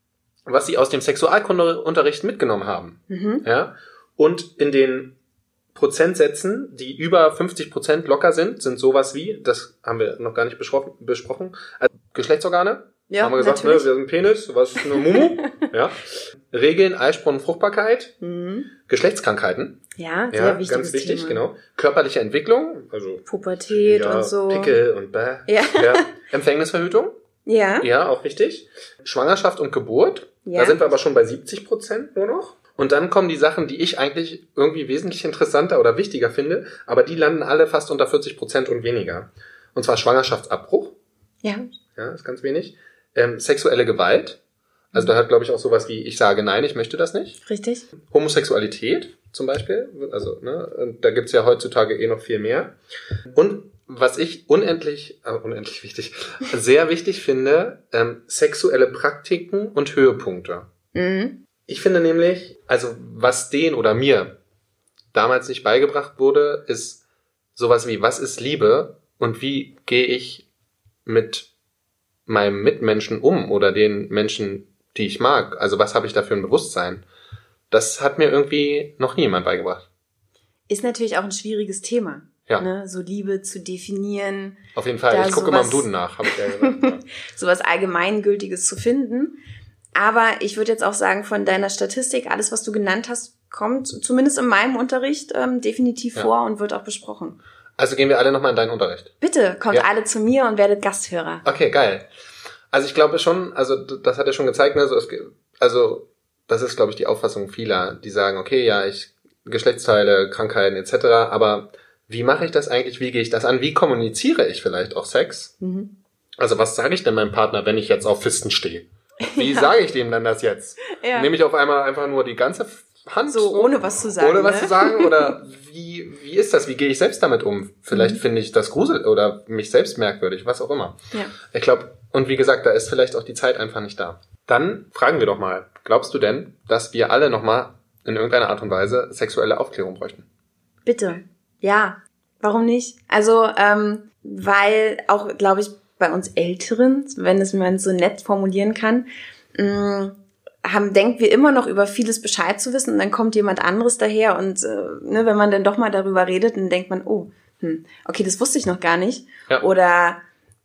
was sie aus dem Sexualkundeunterricht mitgenommen haben. Mhm. Ja? Und in den Prozentsätzen, die über fünfzig Prozent locker sind, sind sowas wie, das haben wir noch gar nicht besprochen, besprochen also Geschlechtsorgane. Ja, haben wir gesagt, ne, natürlich. wir sind Penis, was ist eine Mumu? Ja. Regeln, Eisprung, Fruchtbarkeit, Mhm. Geschlechtskrankheiten. Ja, sehr Ja, wichtiges ganz wichtig, Thema. genau. Körperliche Entwicklung, also Pubertät ja, und so. Pickel und bäh. Ja. Ja. Empfängnisverhütung, Ja. ja, auch wichtig. Schwangerschaft und Geburt, Ja. da sind wir aber schon bei siebzig Prozent nur noch. Und dann kommen die Sachen, die ich eigentlich irgendwie wesentlich interessanter oder wichtiger finde, aber die landen alle fast unter vierzig Prozent und weniger. Und zwar Schwangerschaftsabbruch, Ja. ja, ist ganz wenig. Ähm, sexuelle Gewalt, also da hat, glaube ich, auch sowas wie, ich sage nein, ich möchte das nicht. Richtig. Homosexualität zum Beispiel, also ne, und da gibt's ja heutzutage eh noch viel mehr. Und was ich unendlich, äh, unendlich wichtig, sehr wichtig finde, ähm, sexuelle Praktiken und Höhepunkte. Mhm. Ich finde nämlich, also was denen oder mir damals nicht beigebracht wurde, ist sowas wie, was ist Liebe und wie gehe ich mit meinem Mitmenschen um oder den Menschen, die ich mag. Also was habe ich da für ein Bewusstsein? Das hat mir irgendwie noch nie jemand beigebracht. Ist natürlich auch ein schwieriges Thema. Ja. Ne? So Liebe zu definieren, Auf jeden Fall. Da Ich gucke immer im sowas- Duden nach, habe ich ja gesagt. Ja. sowas Allgemeingültiges zu finden. Aber ich würde jetzt auch sagen, von deiner Statistik, alles, was du genannt hast, kommt zumindest in meinem Unterricht ähm, definitiv Ja. vor und wird auch besprochen. Also gehen wir alle nochmal in deinen Unterricht. Bitte, kommt Ja. alle zu mir und werdet Gasthörer. Okay, geil. Also ich glaube schon, also d- das hat er schon gezeigt, ne? also, es, ge- also das ist, glaube ich, die Auffassung vieler, die sagen, okay, ja, ich Geschlechtsteile, Krankheiten et cetera, aber wie mache ich das eigentlich, wie gehe ich das an, wie kommuniziere ich vielleicht auch Sex? Mhm. Also was sage ich denn meinem Partner, wenn ich jetzt auf Fisten stehe? Wie sage ich dem denn das jetzt? Ja. Nehme ich auf einmal einfach nur die ganze Hand? So, ohne was zu sagen. Ohne was ne? zu sagen? Oder wie, wie ist das? Wie gehe ich selbst damit um? Vielleicht Mhm. finde ich das grusel oder mich selbst merkwürdig, was auch immer. Ja. Ich glaube, und wie gesagt, da ist vielleicht auch die Zeit einfach nicht da. Dann fragen wir doch mal, glaubst du denn, dass wir alle nochmal in irgendeiner Art und Weise sexuelle Aufklärung bräuchten? Bitte. Ja. Warum nicht? Also, ähm, weil auch, glaube ich, bei uns Älteren, wenn es man so nett formulieren kann, mh, haben, denken wir immer noch über vieles Bescheid zu wissen und dann kommt jemand anderes daher und äh, ne, wenn man dann doch mal darüber redet, dann denkt man, oh, hm, okay, das wusste ich noch gar nicht. Ja. Oder,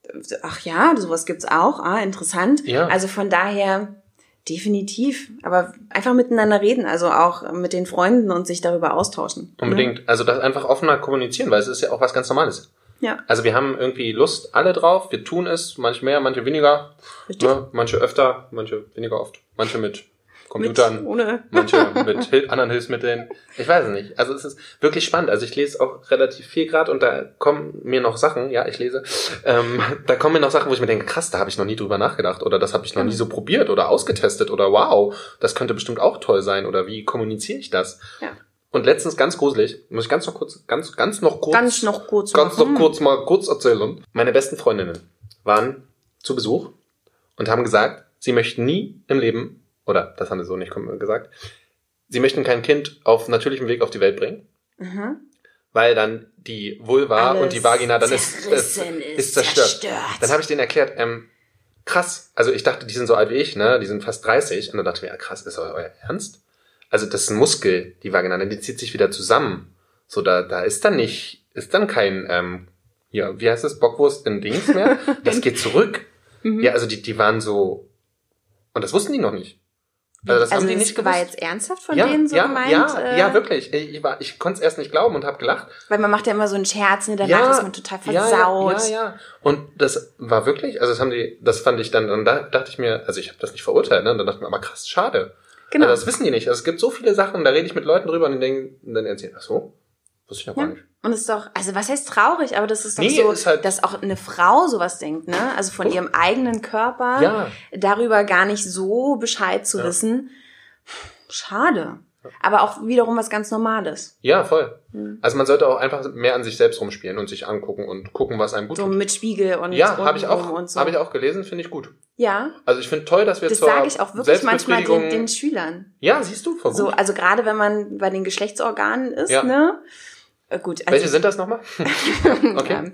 ach ja, sowas gibt's auch, ah, interessant. Ja. Also von daher definitiv, aber einfach miteinander reden, also auch mit den Freunden und sich darüber austauschen. Unbedingt. Also das einfach offener kommunizieren, weil es ist ja auch was ganz Normales. Ja, Also wir haben irgendwie Lust alle drauf, wir tun es, manche mehr, manche weniger, richtig. ne? Manche öfter, manche weniger oft, manche mit Computern, Mit, ohne. manche mit Hil- anderen Hilfsmitteln. Ich weiß es nicht. Also es ist wirklich spannend. Also ich lese auch relativ viel gerade und da kommen mir noch Sachen, ja, ich lese, ähm, da kommen mir noch Sachen, wo ich mir denke, krass, da habe ich noch nie drüber nachgedacht oder das habe ich noch nie so probiert oder ausgetestet oder wow, das könnte bestimmt auch toll sein oder wie kommuniziere ich das? Ja. Und letztens ganz gruselig, muss ich ganz noch kurz, ganz, ganz noch kurz, Ganz noch kurz ganz machen. noch kurz mal kurz erzählen. Meine besten Freundinnen waren zu Besuch und haben gesagt, sie möchten nie im Leben, oder das haben sie so nicht gesagt, sie möchten kein Kind auf natürlichem Weg auf die Welt bringen, Mhm. weil dann die Vulva Alles und die Vagina dann ist, ist, zerrissen ist ist, zerstört. zerstört. Dann habe ich denen erklärt, ähm, krass, also ich dachte, die sind so alt wie ich, ne, die sind fast dreißig und dann dachte ich mir, ja krass, ist euer, euer Ernst? Also das ist ein Muskel, die Vagina, die zieht sich wieder zusammen. So, da, da ist dann nicht, ist dann kein ähm, ja, wie heißt das, Bockwurst in Dings mehr. Das geht zurück. Mhm. Ja, also die, die waren so, und das wussten die noch nicht. Also das also haben die das nicht war gewusst. Jetzt ernsthaft von ja, denen so ja, gemeint? Ja, äh, ja, wirklich. Ich, war, ich konnte es erst nicht glauben und habe gelacht. Weil man macht ja immer so einen Scherz, ne? Danach ja, ist man total versaut. Ja, ja, ja. Und das war wirklich, also das haben die, das fand ich dann, und da dachte ich mir, also ich habe das nicht verurteilt, ne? Und dann dachte ich mir, aber krass, schade. Genau. Also das wissen die nicht. Also es gibt so viele Sachen, da rede ich mit Leuten drüber und die denken, und dann erzählen, ach so, wusste ich noch ja. gar nicht. Und es ist doch, also was heißt traurig, aber das ist doch nee, so, ist halt dass auch eine Frau sowas denkt, ne? Also von oh. ihrem eigenen Körper ja. darüber gar nicht so Bescheid zu ja. wissen. Schade. Aber auch wiederum was ganz Normales. Ja, voll. Mhm. Also man sollte auch einfach mehr an sich selbst rumspielen und sich angucken und gucken, was einem gut so tut. So mit Spiegel und ja, habe ich auch, und so. habe ich auch gelesen, finde ich gut. Ja. Also ich finde toll, dass wir das zur sage ich auch wirklich manchmal den, den Schülern. Ja, siehst du, voll gut. So, also gerade wenn man bei den Geschlechtsorganen ist, ja. ne? Gut. Also welche sind das nochmal? Okay.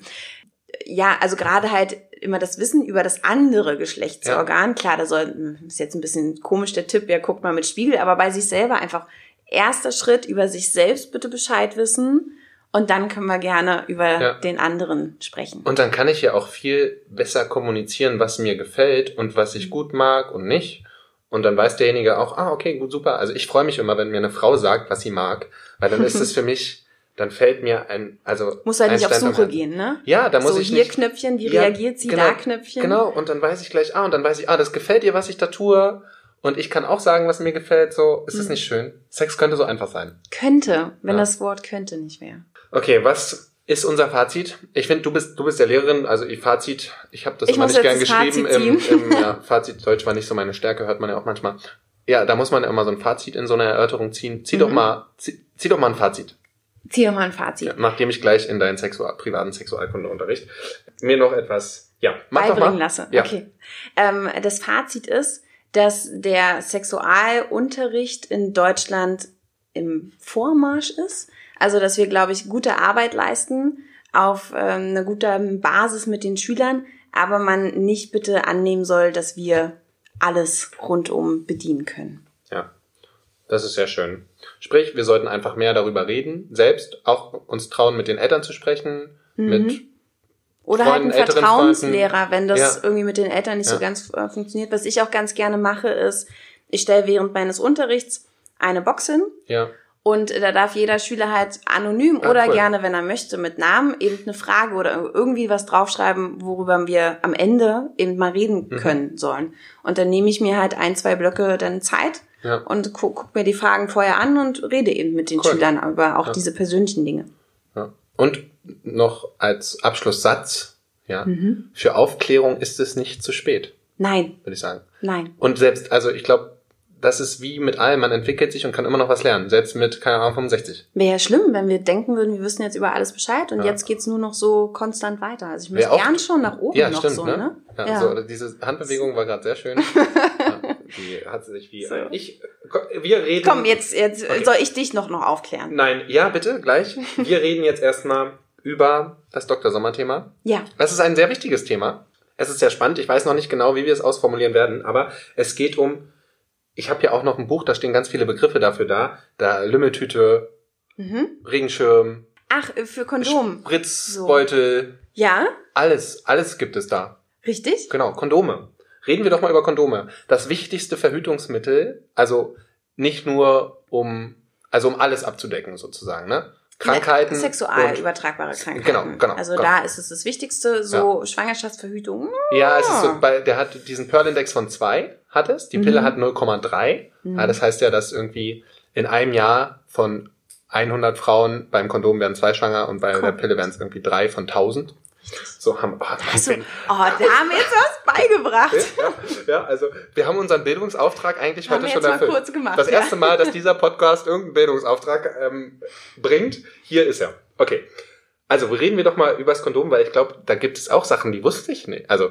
Ja, also gerade halt immer das Wissen über das andere Geschlechtsorgan. Ja. Klar, da soll, ist jetzt ein bisschen komisch der Tipp, ja, guckt mal mit Spiegel, aber bei sich selber einfach erster Schritt, über sich selbst bitte Bescheid wissen und dann können wir gerne über ja. den anderen sprechen. Und dann kann ich ja auch viel besser kommunizieren, was mir gefällt und was ich gut mag und nicht. Und dann weiß derjenige auch, ah, okay, gut, super. Also ich freue mich immer, wenn mir eine Frau sagt, was sie mag, weil dann ist es für mich, dann fällt mir ein, also muss halt nicht auf Suche gehen, ne? Ja, da muss so ich hier nicht. Knöpfchen, wie ja, reagiert sie, genau, da Knöpfchen. Genau, und dann weiß ich gleich, ah, und dann weiß ich, ah, das gefällt ihr, was ich da tue. Und ich kann auch sagen, was mir gefällt, so, ist das hm. nicht schön? Sex könnte so einfach sein. Könnte, wenn ja. das Wort könnte nicht wäre. Okay, was ist unser Fazit? Ich finde, du bist du bist der Lehrerin, also ihr Fazit, ich habe das ich immer nicht gern geschrieben. Im, im ja, Fazit Deutsch war nicht so meine Stärke, hört man ja auch manchmal. Ja, da muss man ja immer so ein Fazit in so einer Erörterung ziehen. Zieh mhm. doch mal, zieh, zieh doch mal ein Fazit. Zieh doch mal ein Fazit. Ja, nachdem ich gleich in deinen Sexual, privaten Sexualkundeunterricht mir noch etwas, ja, mach beibringen doch mal. lasse. Ja. Okay. Ähm, das Fazit ist, dass der Sexualunterricht in Deutschland im Vormarsch ist. Also, dass wir, glaube ich, gute Arbeit leisten auf ähm, eine gute Basis mit den Schülern, aber man nicht bitte annehmen soll, dass wir alles rundum bedienen können. Ja, das ist sehr schön. Sprich, wir sollten einfach mehr darüber reden, selbst auch uns trauen, mit den Eltern zu sprechen, mhm. mit oder Freunden, halt ein Vertrauenslehrer, Freunden. wenn das ja. irgendwie mit den Eltern nicht ja. so ganz äh, funktioniert. Was ich auch ganz gerne mache, ist, ich stelle während meines Unterrichts eine Box hin. Ja. Und da darf jeder Schüler halt anonym ah, oder cool. gerne, wenn er möchte, mit Namen eben eine Frage oder irgendwie was draufschreiben, worüber wir am Ende eben mal reden mhm. können sollen. Und dann nehme ich mir halt ein, zwei Blöcke dann Zeit ja. und gu- guck mir die Fragen vorher an und rede eben mit den cool. Schülern über auch ja. diese persönlichen Dinge. Ja. Und noch als Abschlusssatz, ja, mhm. für Aufklärung ist es nicht zu spät. Nein. Würde ich sagen. Nein. Und selbst, also ich glaube, das ist wie mit allem, man entwickelt sich und kann immer noch was lernen, selbst mit, keine Ahnung, fünfundsechzig. Wäre ja schlimm, wenn wir denken würden, wir wüssten jetzt über alles Bescheid und ja. jetzt geht's nur noch so konstant weiter. Also ich möchte gern schon nach oben ja, noch stimmt, so, ne? ne? Ja, ja. So, diese Handbewegung war gerade sehr schön. ja, die hat sich wie, so. ich, wir reden. Komm, jetzt, jetzt okay. soll ich dich noch, noch aufklären? Nein, ja, bitte, gleich. Wir reden jetzt erstmal über das Doktor Sommer-Thema. Ja. Das ist ein sehr wichtiges Thema. Es ist sehr spannend. Ich weiß noch nicht genau, wie wir es ausformulieren werden, aber es geht um, ich habe hier auch noch ein Buch, da stehen ganz viele Begriffe dafür da. Da Lümmeltüte, mhm. Regenschirm. Ach, für Kondom. Spritzbeutel. So. Ja. Alles, alles gibt es da. Richtig? Genau, Kondome. Reden wir doch mal über Kondome. Das wichtigste Verhütungsmittel, also nicht nur um, also um alles abzudecken sozusagen, ne? Krankheiten. Sexual übertragbare Krankheiten. Genau, genau. Also genau. da ist es das Wichtigste, so ja. Schwangerschaftsverhütung. Ja, es ist so, bei, der hat diesen Pearl-Index von zwei, hat es. Die Pille mhm. hat null Komma drei. Mhm. Ja, das heißt ja, dass irgendwie in einem Jahr von hundert Frauen beim Kondom werden zwei schwanger und bei cool. der Pille werden es irgendwie drei von tausend. So haben, oh, also, oh, da haben wir jetzt was beigebracht. Ja, ja, also wir haben unseren Bildungsauftrag eigentlich haben heute wir schon jetzt erfüllt. Mal kurz gemacht, das ja. erste Mal, dass dieser Podcast irgendeinen Bildungsauftrag ähm, bringt, hier ist er. Okay, also reden wir doch mal über das Kondom, weil ich glaube, da gibt es auch Sachen, die wusste ich nicht. Also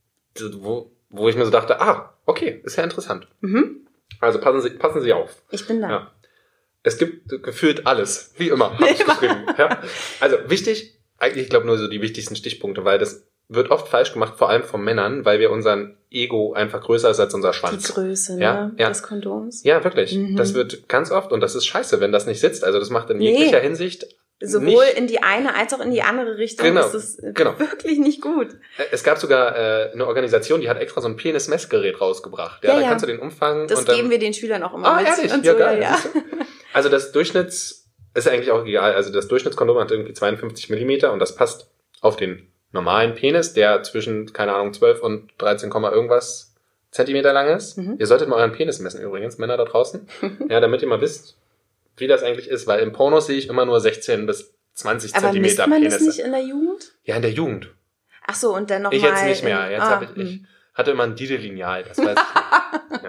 wo, wo ich mir so dachte, ah, okay, ist ja interessant. Mhm. Also passen Sie, passen Sie auf. Ich bin da. Ja. Es gibt gefühlt alles, wie immer, habe ich geschrieben. Ja. Also wichtig, eigentlich, ich glaube, nur so die wichtigsten Stichpunkte, weil das wird oft falsch gemacht, vor allem von Männern, weil wir unseren Ego einfach größer ist als unser Schwanz. Die Größe, ne, ja, ja. des Kondoms. Ja, wirklich. Mhm. Das wird ganz oft, und das ist scheiße, wenn das nicht sitzt. Also das macht in jeglicher nee. Hinsicht sowohl nicht, in die eine als auch in die andere Richtung genau, ist es genau. wirklich nicht gut. Es gab sogar äh, eine Organisation, die hat extra so ein Penis-Messgerät rausgebracht. Ja, Ja, da ja. kannst du den umfangen. Das und dann, geben wir den Schülern auch immer ah, mit. ehrlich? Und Ja, so, geil. ja, ja. Also das Durchschnitts, ist eigentlich auch egal, also das Durchschnittskondom hat irgendwie zweiundfünfzig Millimeter und das passt auf den normalen Penis, der zwischen, keine Ahnung, zwölf und dreizehn, irgendwas Zentimeter lang ist. Mhm. Ihr solltet mal euren Penis messen übrigens, Männer da draußen. Ja, damit ihr mal wisst, wie das eigentlich ist, weil im Pornos sehe ich immer nur sechzehn bis zwanzig Aber Zentimeter misst man Penisse. das nicht in der Jugend? Ja, in der Jugend. Ach so, und dann noch Ich mal jetzt nicht mehr. in, Jetzt ah, hab ich, ich hatte immer ein Dide-Lineal, das weiß ich nicht.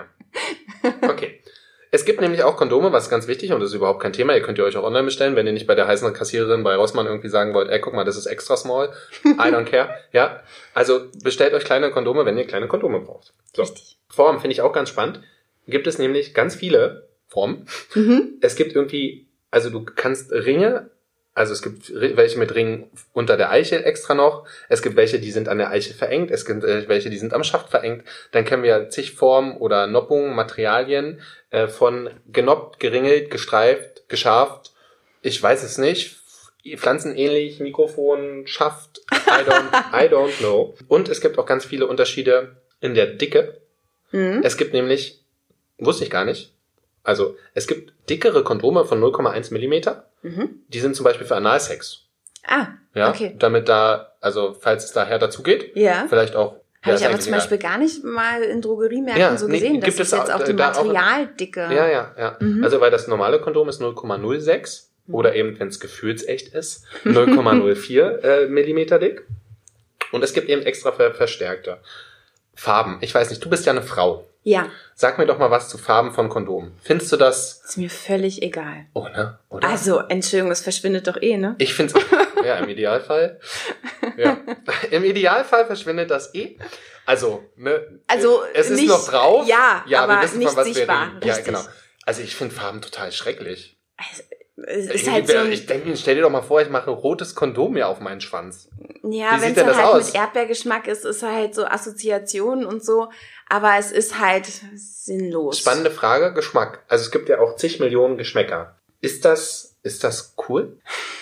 Ja. Okay. Es gibt nämlich auch Kondome, was ist ganz wichtig und das ist überhaupt kein Thema. Ihr könnt ihr euch auch online bestellen, wenn ihr nicht bei der heißen Kassiererin bei Rossmann irgendwie sagen wollt, ey, guck mal, das ist extra small. I don't care. Ja. Also bestellt euch kleine Kondome, wenn ihr kleine Kondome braucht. So. Richtig. Formen finde ich auch ganz spannend. Gibt es nämlich ganz viele Formen. Mhm. Es gibt irgendwie, also du kannst Ringe, also es gibt welche mit Ringen unter der Eichel extra noch. Es gibt welche, die sind an der Eichel verengt. Es gibt welche, die sind am Schaft verengt. Dann kennen wir zig Formen oder Noppungen, Materialien äh, von genoppt, geringelt, gestreift, gescharft. Ich weiß es nicht. Pflanzenähnlich, Mikrofon, Schaft. I don't, I don't know. Und es gibt auch ganz viele Unterschiede in der Dicke. Mhm. Es gibt nämlich, wusste ich gar nicht, also es gibt dickere Kondome von null Komma eins Millimeter. Mhm. Die sind zum Beispiel für Analsex. Ah, ja, okay. Damit da, also falls es da härter zugeht, ja. vielleicht auch. Habe ich aber zum Beispiel egal. gar nicht mal in Drogeriemärkten ja, so gesehen. Nee, das ist jetzt auch die Materialdicke. Ja, ja, ja. Mhm. Also weil das normale Kondom ist null Komma null sechs mhm. oder eben, wenn es gefühlsecht ist, null Komma null vier äh, Millimeter dick. Und es gibt eben extra ver- verstärkte Farben. Ich weiß nicht, du bist ja eine Frau. Ja. Sag mir doch mal was zu Farben von Kondomen. Findest du das? Ist mir völlig egal. Oh, ne? Oder? Also, Entschuldigung, es verschwindet doch eh, ne? Ich find's, ja, im Idealfall. Ja. Im Idealfall verschwindet das eh. Also, ne? Also, es nicht, ist noch drauf. Ja, ja aber wir wissen, nicht von was sichtbar. wir reden. Ja, genau. Also, ich finde Farben total schrecklich. Also, es ist ich, halt so ein, ich denke, stell dir doch mal vor, ich mache ein rotes Kondom mir auf meinen Schwanz. Ja, wenn es dann halt aus? mit Erdbeergeschmack ist, ist halt so Assoziationen und so. Aber es ist halt sinnlos. Spannende Frage, Geschmack. Also es gibt ja auch zig Millionen Geschmäcker. Ist das, ist das cool?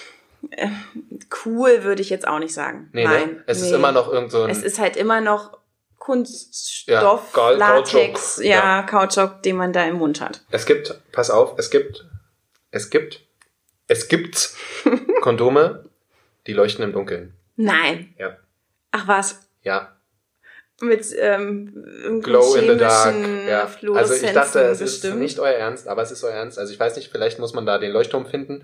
Äh, cool würde ich jetzt auch nicht sagen. Nee, Nein. Ne? Es nee. ist immer noch irgend so ein... Es ist halt immer noch Kunststoff, ja, Latex, Kautschuk. ja, ja, Kautschuk, den man da im Mund hat. Es gibt, pass auf, es gibt, es gibt, es gibt Kondome, die leuchten im Dunkeln. Nein. Ja. Ach was? Ja. Mit ähm, Glow in the dark. Ja. Also ich dachte, es bestimmt. ist nicht euer Ernst, aber es ist euer Ernst. Also ich weiß nicht, vielleicht muss man da den Leuchtturm finden.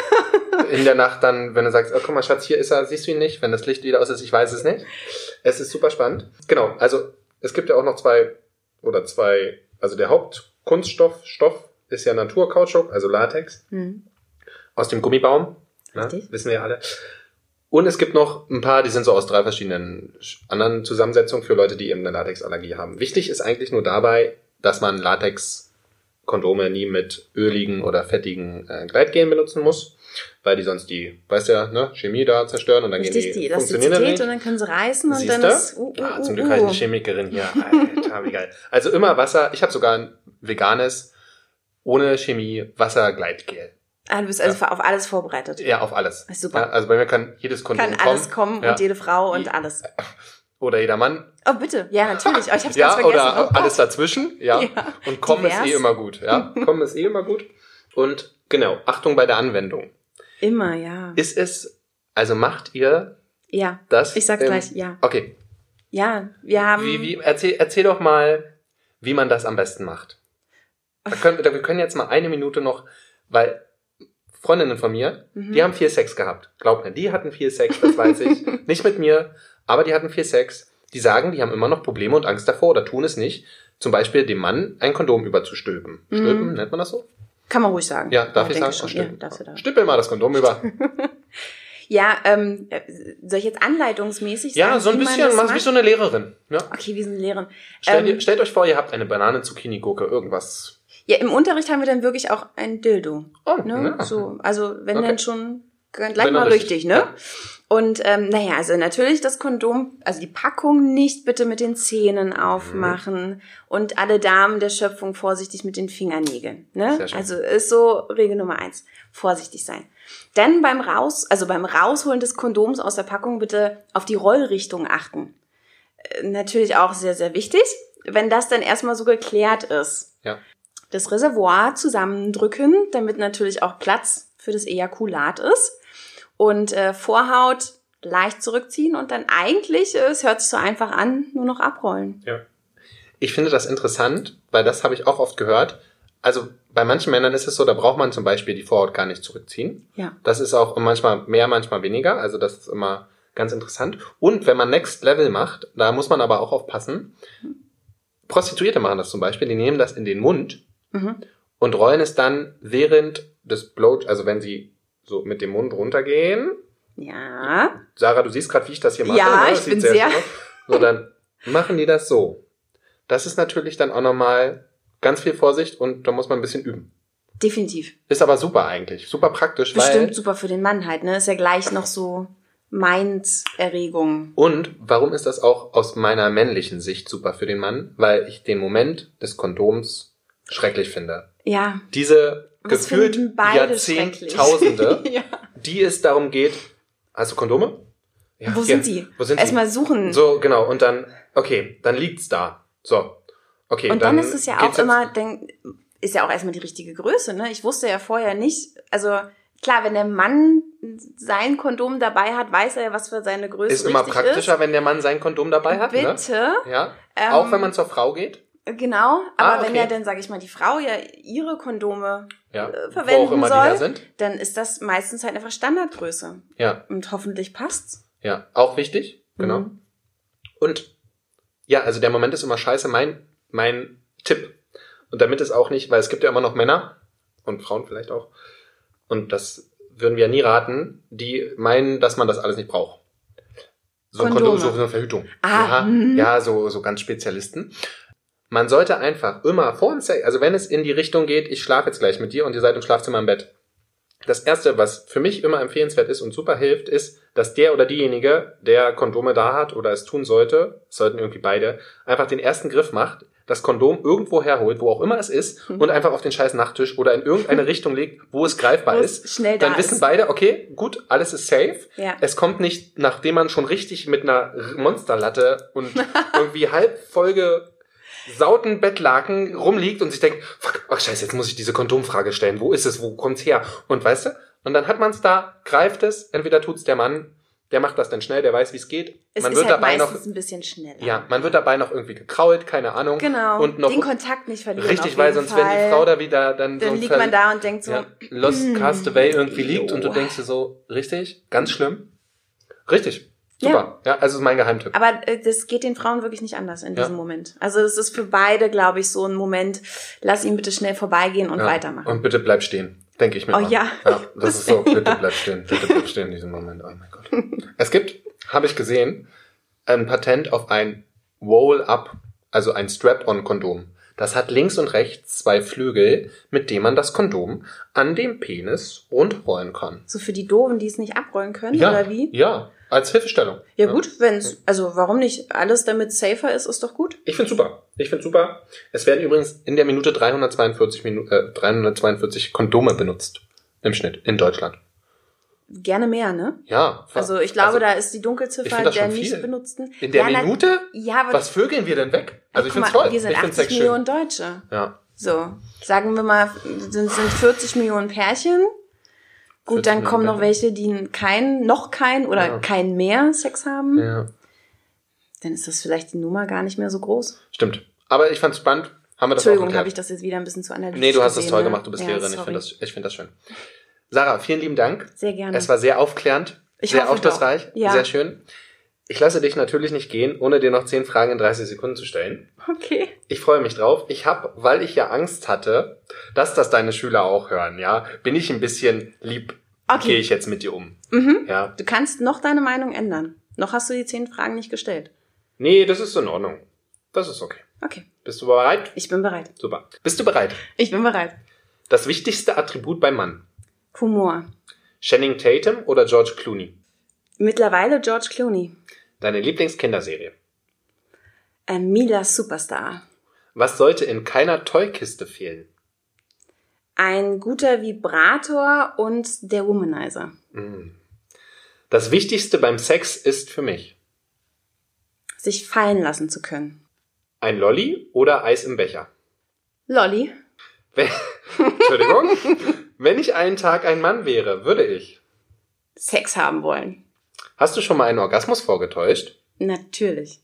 In der Nacht dann, wenn du sagst, oh, guck mal, Schatz, hier ist er, siehst du ihn nicht? Wenn das Licht wieder aus ist, ich weiß es nicht. Es ist super spannend. Genau, also es gibt ja auch noch zwei, oder zwei, also der Hauptkunststoff, Stoff ist ja Naturkautschuk, also Latex. Hm. Aus dem Gummibaum. Ne? Wissen wir ja alle. Und es gibt noch ein paar, die sind so aus drei verschiedenen anderen Zusammensetzungen für Leute, die eben eine Latexallergie haben. Wichtig ist eigentlich nur dabei, dass man Latex-Kondome nie mit öligen oder fettigen äh, Gleitgelen benutzen muss, weil die sonst die, weißt du ja, ne, Chemie da zerstören und dann Richtig, gehen die, die funktionieren dann nicht. Und dann können sie reißen und Siehst dann du? ist... Uh, uh, ah, uh, zum Glück uh. habe ich eine Chemikerin hier. Alter, wie geil. Also immer Wasser, ich habe sogar ein veganes, ohne Chemie, Wasser-Gleitgel. Ah, du bist also ja. auf alles vorbereitet. Ja, auf alles. Das ist super. Ja, also bei mir kann jedes Kondom kommen. Kann alles kommen, kommen ja. und jede Frau und alles. Oder jeder Mann. Oh, bitte. Ja, natürlich. Oh, ich hab's ja, ganz vergessen. oder oh, alles dazwischen. Ja. ja. Und kommen Divers. ist eh immer gut. Ja. Kommen ist eh immer gut. Und genau, Achtung bei der Anwendung. Immer, ja. Ist es, also macht ihr ja. das? Ich sag's ähm, gleich, ja. Okay. Ja, wir haben... Wie, wie, erzähl, erzähl doch mal, wie man das am besten macht. Da können, wir können jetzt mal eine Minute noch, weil Freundinnen von mir, mhm. die haben viel Sex gehabt. Glaub mir, die hatten viel Sex, das weiß ich. Nicht mit mir, aber die hatten viel Sex. Die sagen, die haben immer noch Probleme und Angst davor oder tun es nicht. Zum Beispiel dem Mann ein Kondom überzustülpen. Mhm. Stülpen, nennt man das so? Kann man ruhig sagen. Ja, darf ja, ich sagen? Schon. Oh, stülpen. Ja, da. Stülpel mal das Kondom über. Ja, ähm, soll ich jetzt anleitungsmäßig sagen? Ja, so ein bisschen, mach wie so eine Lehrerin. Ja. Okay, wie so eine Lehrerin. Stellt, ähm, stellt euch vor, ihr habt eine Banane, Zucchini, Gurke, irgendwas. Ja, im Unterricht haben wir dann wirklich auch ein Dildo. Oh, ne? ja. So, also wenn okay. dann schon gleich wenn mal richtig, richtig, ne? Ja. Und ähm, naja, also natürlich das Kondom, also die Packung nicht bitte mit den Zähnen aufmachen mhm. und alle Damen der Schöpfung vorsichtig mit den Fingernägeln. Ne? Also ist so Regel Nummer eins, vorsichtig sein. Dann beim Raus, also beim Rausholen des Kondoms aus der Packung bitte auf die Rollrichtung achten. Äh, natürlich auch sehr, sehr wichtig, wenn das dann erstmal so geklärt ist. Ja. Das Reservoir zusammendrücken, damit natürlich auch Platz für das Ejakulat ist. Und äh, Vorhaut leicht zurückziehen und dann eigentlich, äh, es hört sich so einfach an, nur noch abrollen. Ja. Ich finde das interessant, weil das habe ich auch oft gehört. Also bei manchen Männern ist es so, da braucht man zum Beispiel die Vorhaut gar nicht zurückziehen. Ja. Das ist auch manchmal mehr, manchmal weniger. Also das ist immer ganz interessant. Und wenn man Next Level macht, da muss man aber auch aufpassen. Prostituierte machen das zum Beispiel, die nehmen das in den Mund mhm. und rollen es dann während des Blow, also wenn sie so mit dem Mund runtergehen. Ja. Sarah, du siehst gerade, wie ich das hier mache. Ja, ne? ich das bin sehr, sehr... So, dann machen die das so. Das ist natürlich dann auch nochmal ganz viel Vorsicht und da muss man ein bisschen üben. Definitiv. Ist aber super eigentlich, super praktisch. Bestimmt weil super für den Mann halt, ne? Ist ja gleich noch so Minderregung. Und warum ist das auch aus meiner männlichen Sicht super für den Mann? Weil ich den Moment des Kondoms schrecklich finde. Ja. Diese Was gefühlt finden beide Jahrzehntausende, ja. die es darum geht, hast du Kondome? Ja, Wo hier. sind sie? Wo sind Erstmal sie? suchen. So, genau. Und dann, okay, dann liegt's da. So. Okay, und dann, dann ist es ja auch jetzt immer, dann ist ja auch erstmal die richtige Größe, ne? Ich wusste ja vorher nicht, also klar, wenn der Mann sein Kondom dabei hat, weiß er ja, was für seine Größe ist immer richtig praktischer, ist. wenn der Mann sein Kondom dabei hat. Bitte. Ne? Ja. Ähm, auch wenn man zur Frau geht. Genau, aber Ah, okay. wenn ja dann, sage ich mal, die Frau ja ihre Kondome ja. äh, Wo verwenden auch immer soll, die da sind. dann ist das meistens halt einfach Standardgröße. Ja. Und hoffentlich passt's. Ja, auch wichtig, genau. Mhm. Und ja, also der Moment ist immer scheiße. Mein, mein Tipp. Und damit es auch nicht, weil es gibt ja immer noch Männer und Frauen vielleicht auch. Und das würden wir ja nie raten, die meinen, dass man das alles nicht braucht. So ein Kondom, so eine Verhütung. Ah, ja, mhm. ja, so, so ganz Spezialisten. Man sollte einfach immer vor dem Sex, also wenn es in die Richtung geht, ich schlafe jetzt gleich mit dir und ihr seid im Schlafzimmer im Bett. Das Erste, was für mich immer empfehlenswert ist und super hilft, ist, dass der oder diejenige, der Kondome da hat oder es tun sollte, sollten irgendwie beide, einfach den ersten Griff macht, das Kondom irgendwo herholt, wo auch immer es ist, und einfach auf den scheiß Nachttisch oder in irgendeine Richtung legt, wo es greifbar Wo es ist. schnell da Dann wissen ist. beide, okay, gut, alles ist safe. Ja. Es kommt nicht, nachdem man schon richtig mit einer Monsterlatte und irgendwie halb vollge sauten Bettlaken rumliegt und sich denkt, fuck, ach scheiße, jetzt muss ich diese Kondomfrage stellen. Wo ist es? Wo kommt's her? Und weißt du? Und dann hat man's da, greift es, entweder tut's der Mann, der macht das dann schnell, der weiß, wie es geht. Es man ist wird halt dabei meistens noch, ein bisschen schneller. ja, man wird dabei noch irgendwie gekrault, keine Ahnung. Genau, und noch den Kontakt nicht verlieren. richtig, auf weil jeden sonst Fall. wenn die Frau da wieder dann, dann so liegt ver- man da und denkt so, ja, Lost Castaway irgendwie liegt jo. und du denkst dir so, richtig? Ganz schlimm? Richtig. Super. Ja, ja, also ist mein Geheimtipp. aber äh, das geht den Frauen wirklich nicht anders in Ja. diesem Moment. Also es ist für beide, glaube ich, so ein Moment, lass ihn bitte schnell vorbeigehen und Ja. weitermachen. Und bitte bleib stehen, denke ich mir. Oh mal. ja. Ja, das ist so, bitte bleib stehen, bitte bleib stehen in diesem Moment. Oh mein Gott. Es gibt, habe ich gesehen, ein Patent auf ein Roll-Up, also ein Strap-on-Kondom. Das hat links und rechts zwei Flügel, mit denen man das Kondom an dem Penis runterrollen kann. So für die Doofen, die es nicht abrollen können, Ja, oder wie? ja, als Hilfestellung. Ja gut, wenn's, also warum nicht? Alles damit safer ist, ist doch gut. Ich find's super. Ich find's super. Es werden übrigens in der Minute dreihundertzweiundvierzig, Minu- äh, dreihundertzweiundvierzig Kondome benutzt. Im Schnitt. In Deutschland. Gerne mehr, ne? Ja. Also ich glaube, also, da ist die ich Dunkelziffer find das der schon nicht viel. benutzten. In der ja, na- Minute? Ja, aber Was vögeln wir denn weg? Also ich guck find's mal, toll. wir sind ich find's achtzig echt Millionen schön. Deutsche. Ja. So, sagen wir mal, sind, sind vierzig Millionen Pärchen. Gut, dann vierzig kommen noch Millionen welche, die kein, noch kein oder Ja. kein mehr Sex haben. Ja. Dann ist das vielleicht die Nummer gar nicht mehr so groß. Stimmt. Aber ich fand's spannend. Haben wir das Entschuldigung, auch habe ich geklärt? das jetzt wieder ein bisschen zu analysisch Nee, du hast das gesehen, toll ne? gemacht. Du bist Ja, Lehrerin. Ich sorry. finde das, ich find das schön. Sarah, vielen lieben Dank. Sehr gerne. Es war sehr aufklärend, Ich sehr hoffe aufschlussreich, doch. Ja. sehr schön. Ich lasse dich natürlich nicht gehen, ohne dir noch zehn Fragen in dreißig Sekunden zu stellen. Okay. Ich freue mich drauf. Ich habe, weil ich ja Angst hatte, dass das deine Schüler auch hören, ja, bin ich ein bisschen lieb, Okay. gehe ich jetzt mit dir um. Mhm. Ja. Du kannst noch deine Meinung ändern. Noch hast du die zehn Fragen nicht gestellt. Nee, das ist in Ordnung. Das ist okay. Okay. Bist du bereit? Ich bin bereit. Super. Bist du bereit? Ich bin bereit. Das wichtigste Attribut beim Mann. Humor. Channing Tatum oder George Clooney? Mittlerweile George Clooney. Deine Lieblingskinderserie. Ein Mila Superstar. Was sollte in keiner Toykiste fehlen? Ein guter Vibrator und der Womanizer. Das Wichtigste beim Sex ist für mich? Sich fallen lassen zu können. Ein Lolli oder Eis im Becher? Lolli. Wenn, Entschuldigung. Wenn ich einen Tag ein Mann wäre, würde ich Sex haben wollen. Hast du schon mal einen Orgasmus vorgetäuscht? Natürlich.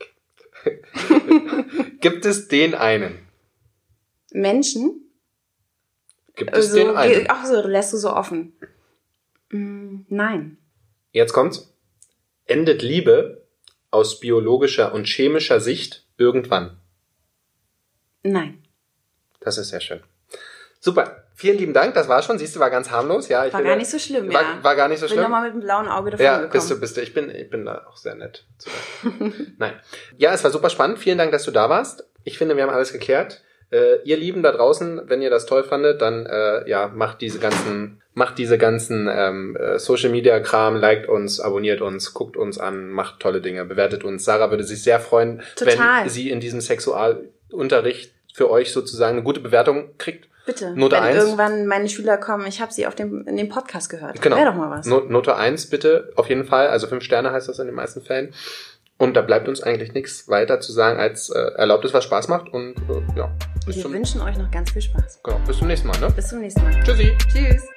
Gibt es den einen? Menschen? Gibt es Also, den einen? Ach so, lässt du so offen. Mm, nein. Jetzt kommt's. Endet Liebe aus biologischer und chemischer Sicht irgendwann? Nein. Das ist sehr schön. Super. Vielen lieben Dank. Das war schon. Siehst du, war ganz harmlos. Ja, ich war will gar da, nicht so schlimm, war, ja. War gar nicht so ich bin schlimm. nochmal mit dem blauen Auge davon Ja, gekommen. bist du, bist du. Ich bin, ich bin da auch sehr nett. Nein. Ja, es war super spannend. Vielen Dank, dass du da warst. Ich finde, wir haben alles geklärt. Äh, ihr Lieben da draußen, wenn ihr das toll fandet, dann äh, ja, macht diese ganzen, macht diese ganzen ähm, Social Media Kram, liked uns, abonniert uns, guckt uns an, macht tolle Dinge, bewertet uns. Sarah würde sich sehr freuen, Total. wenn sie in diesem Sexualunterricht für euch sozusagen eine gute Bewertung kriegt. Bitte, Note wenn eins. Irgendwann meine Schüler kommen, ich habe sie auf dem, in dem Podcast gehört. Genau. Wäre doch mal was. Not, Note eins bitte, auf jeden Fall. Also fünf Sterne heißt das in den meisten Fällen. Und da bleibt uns eigentlich nichts weiter zu sagen, als äh, erlaubt es, was Spaß macht. Und äh, ja, bis Wir zum, wünschen euch noch ganz viel Spaß. genau, bis zum nächsten Mal. Ne? Bis zum nächsten Mal. Tschüssi. Tschüss.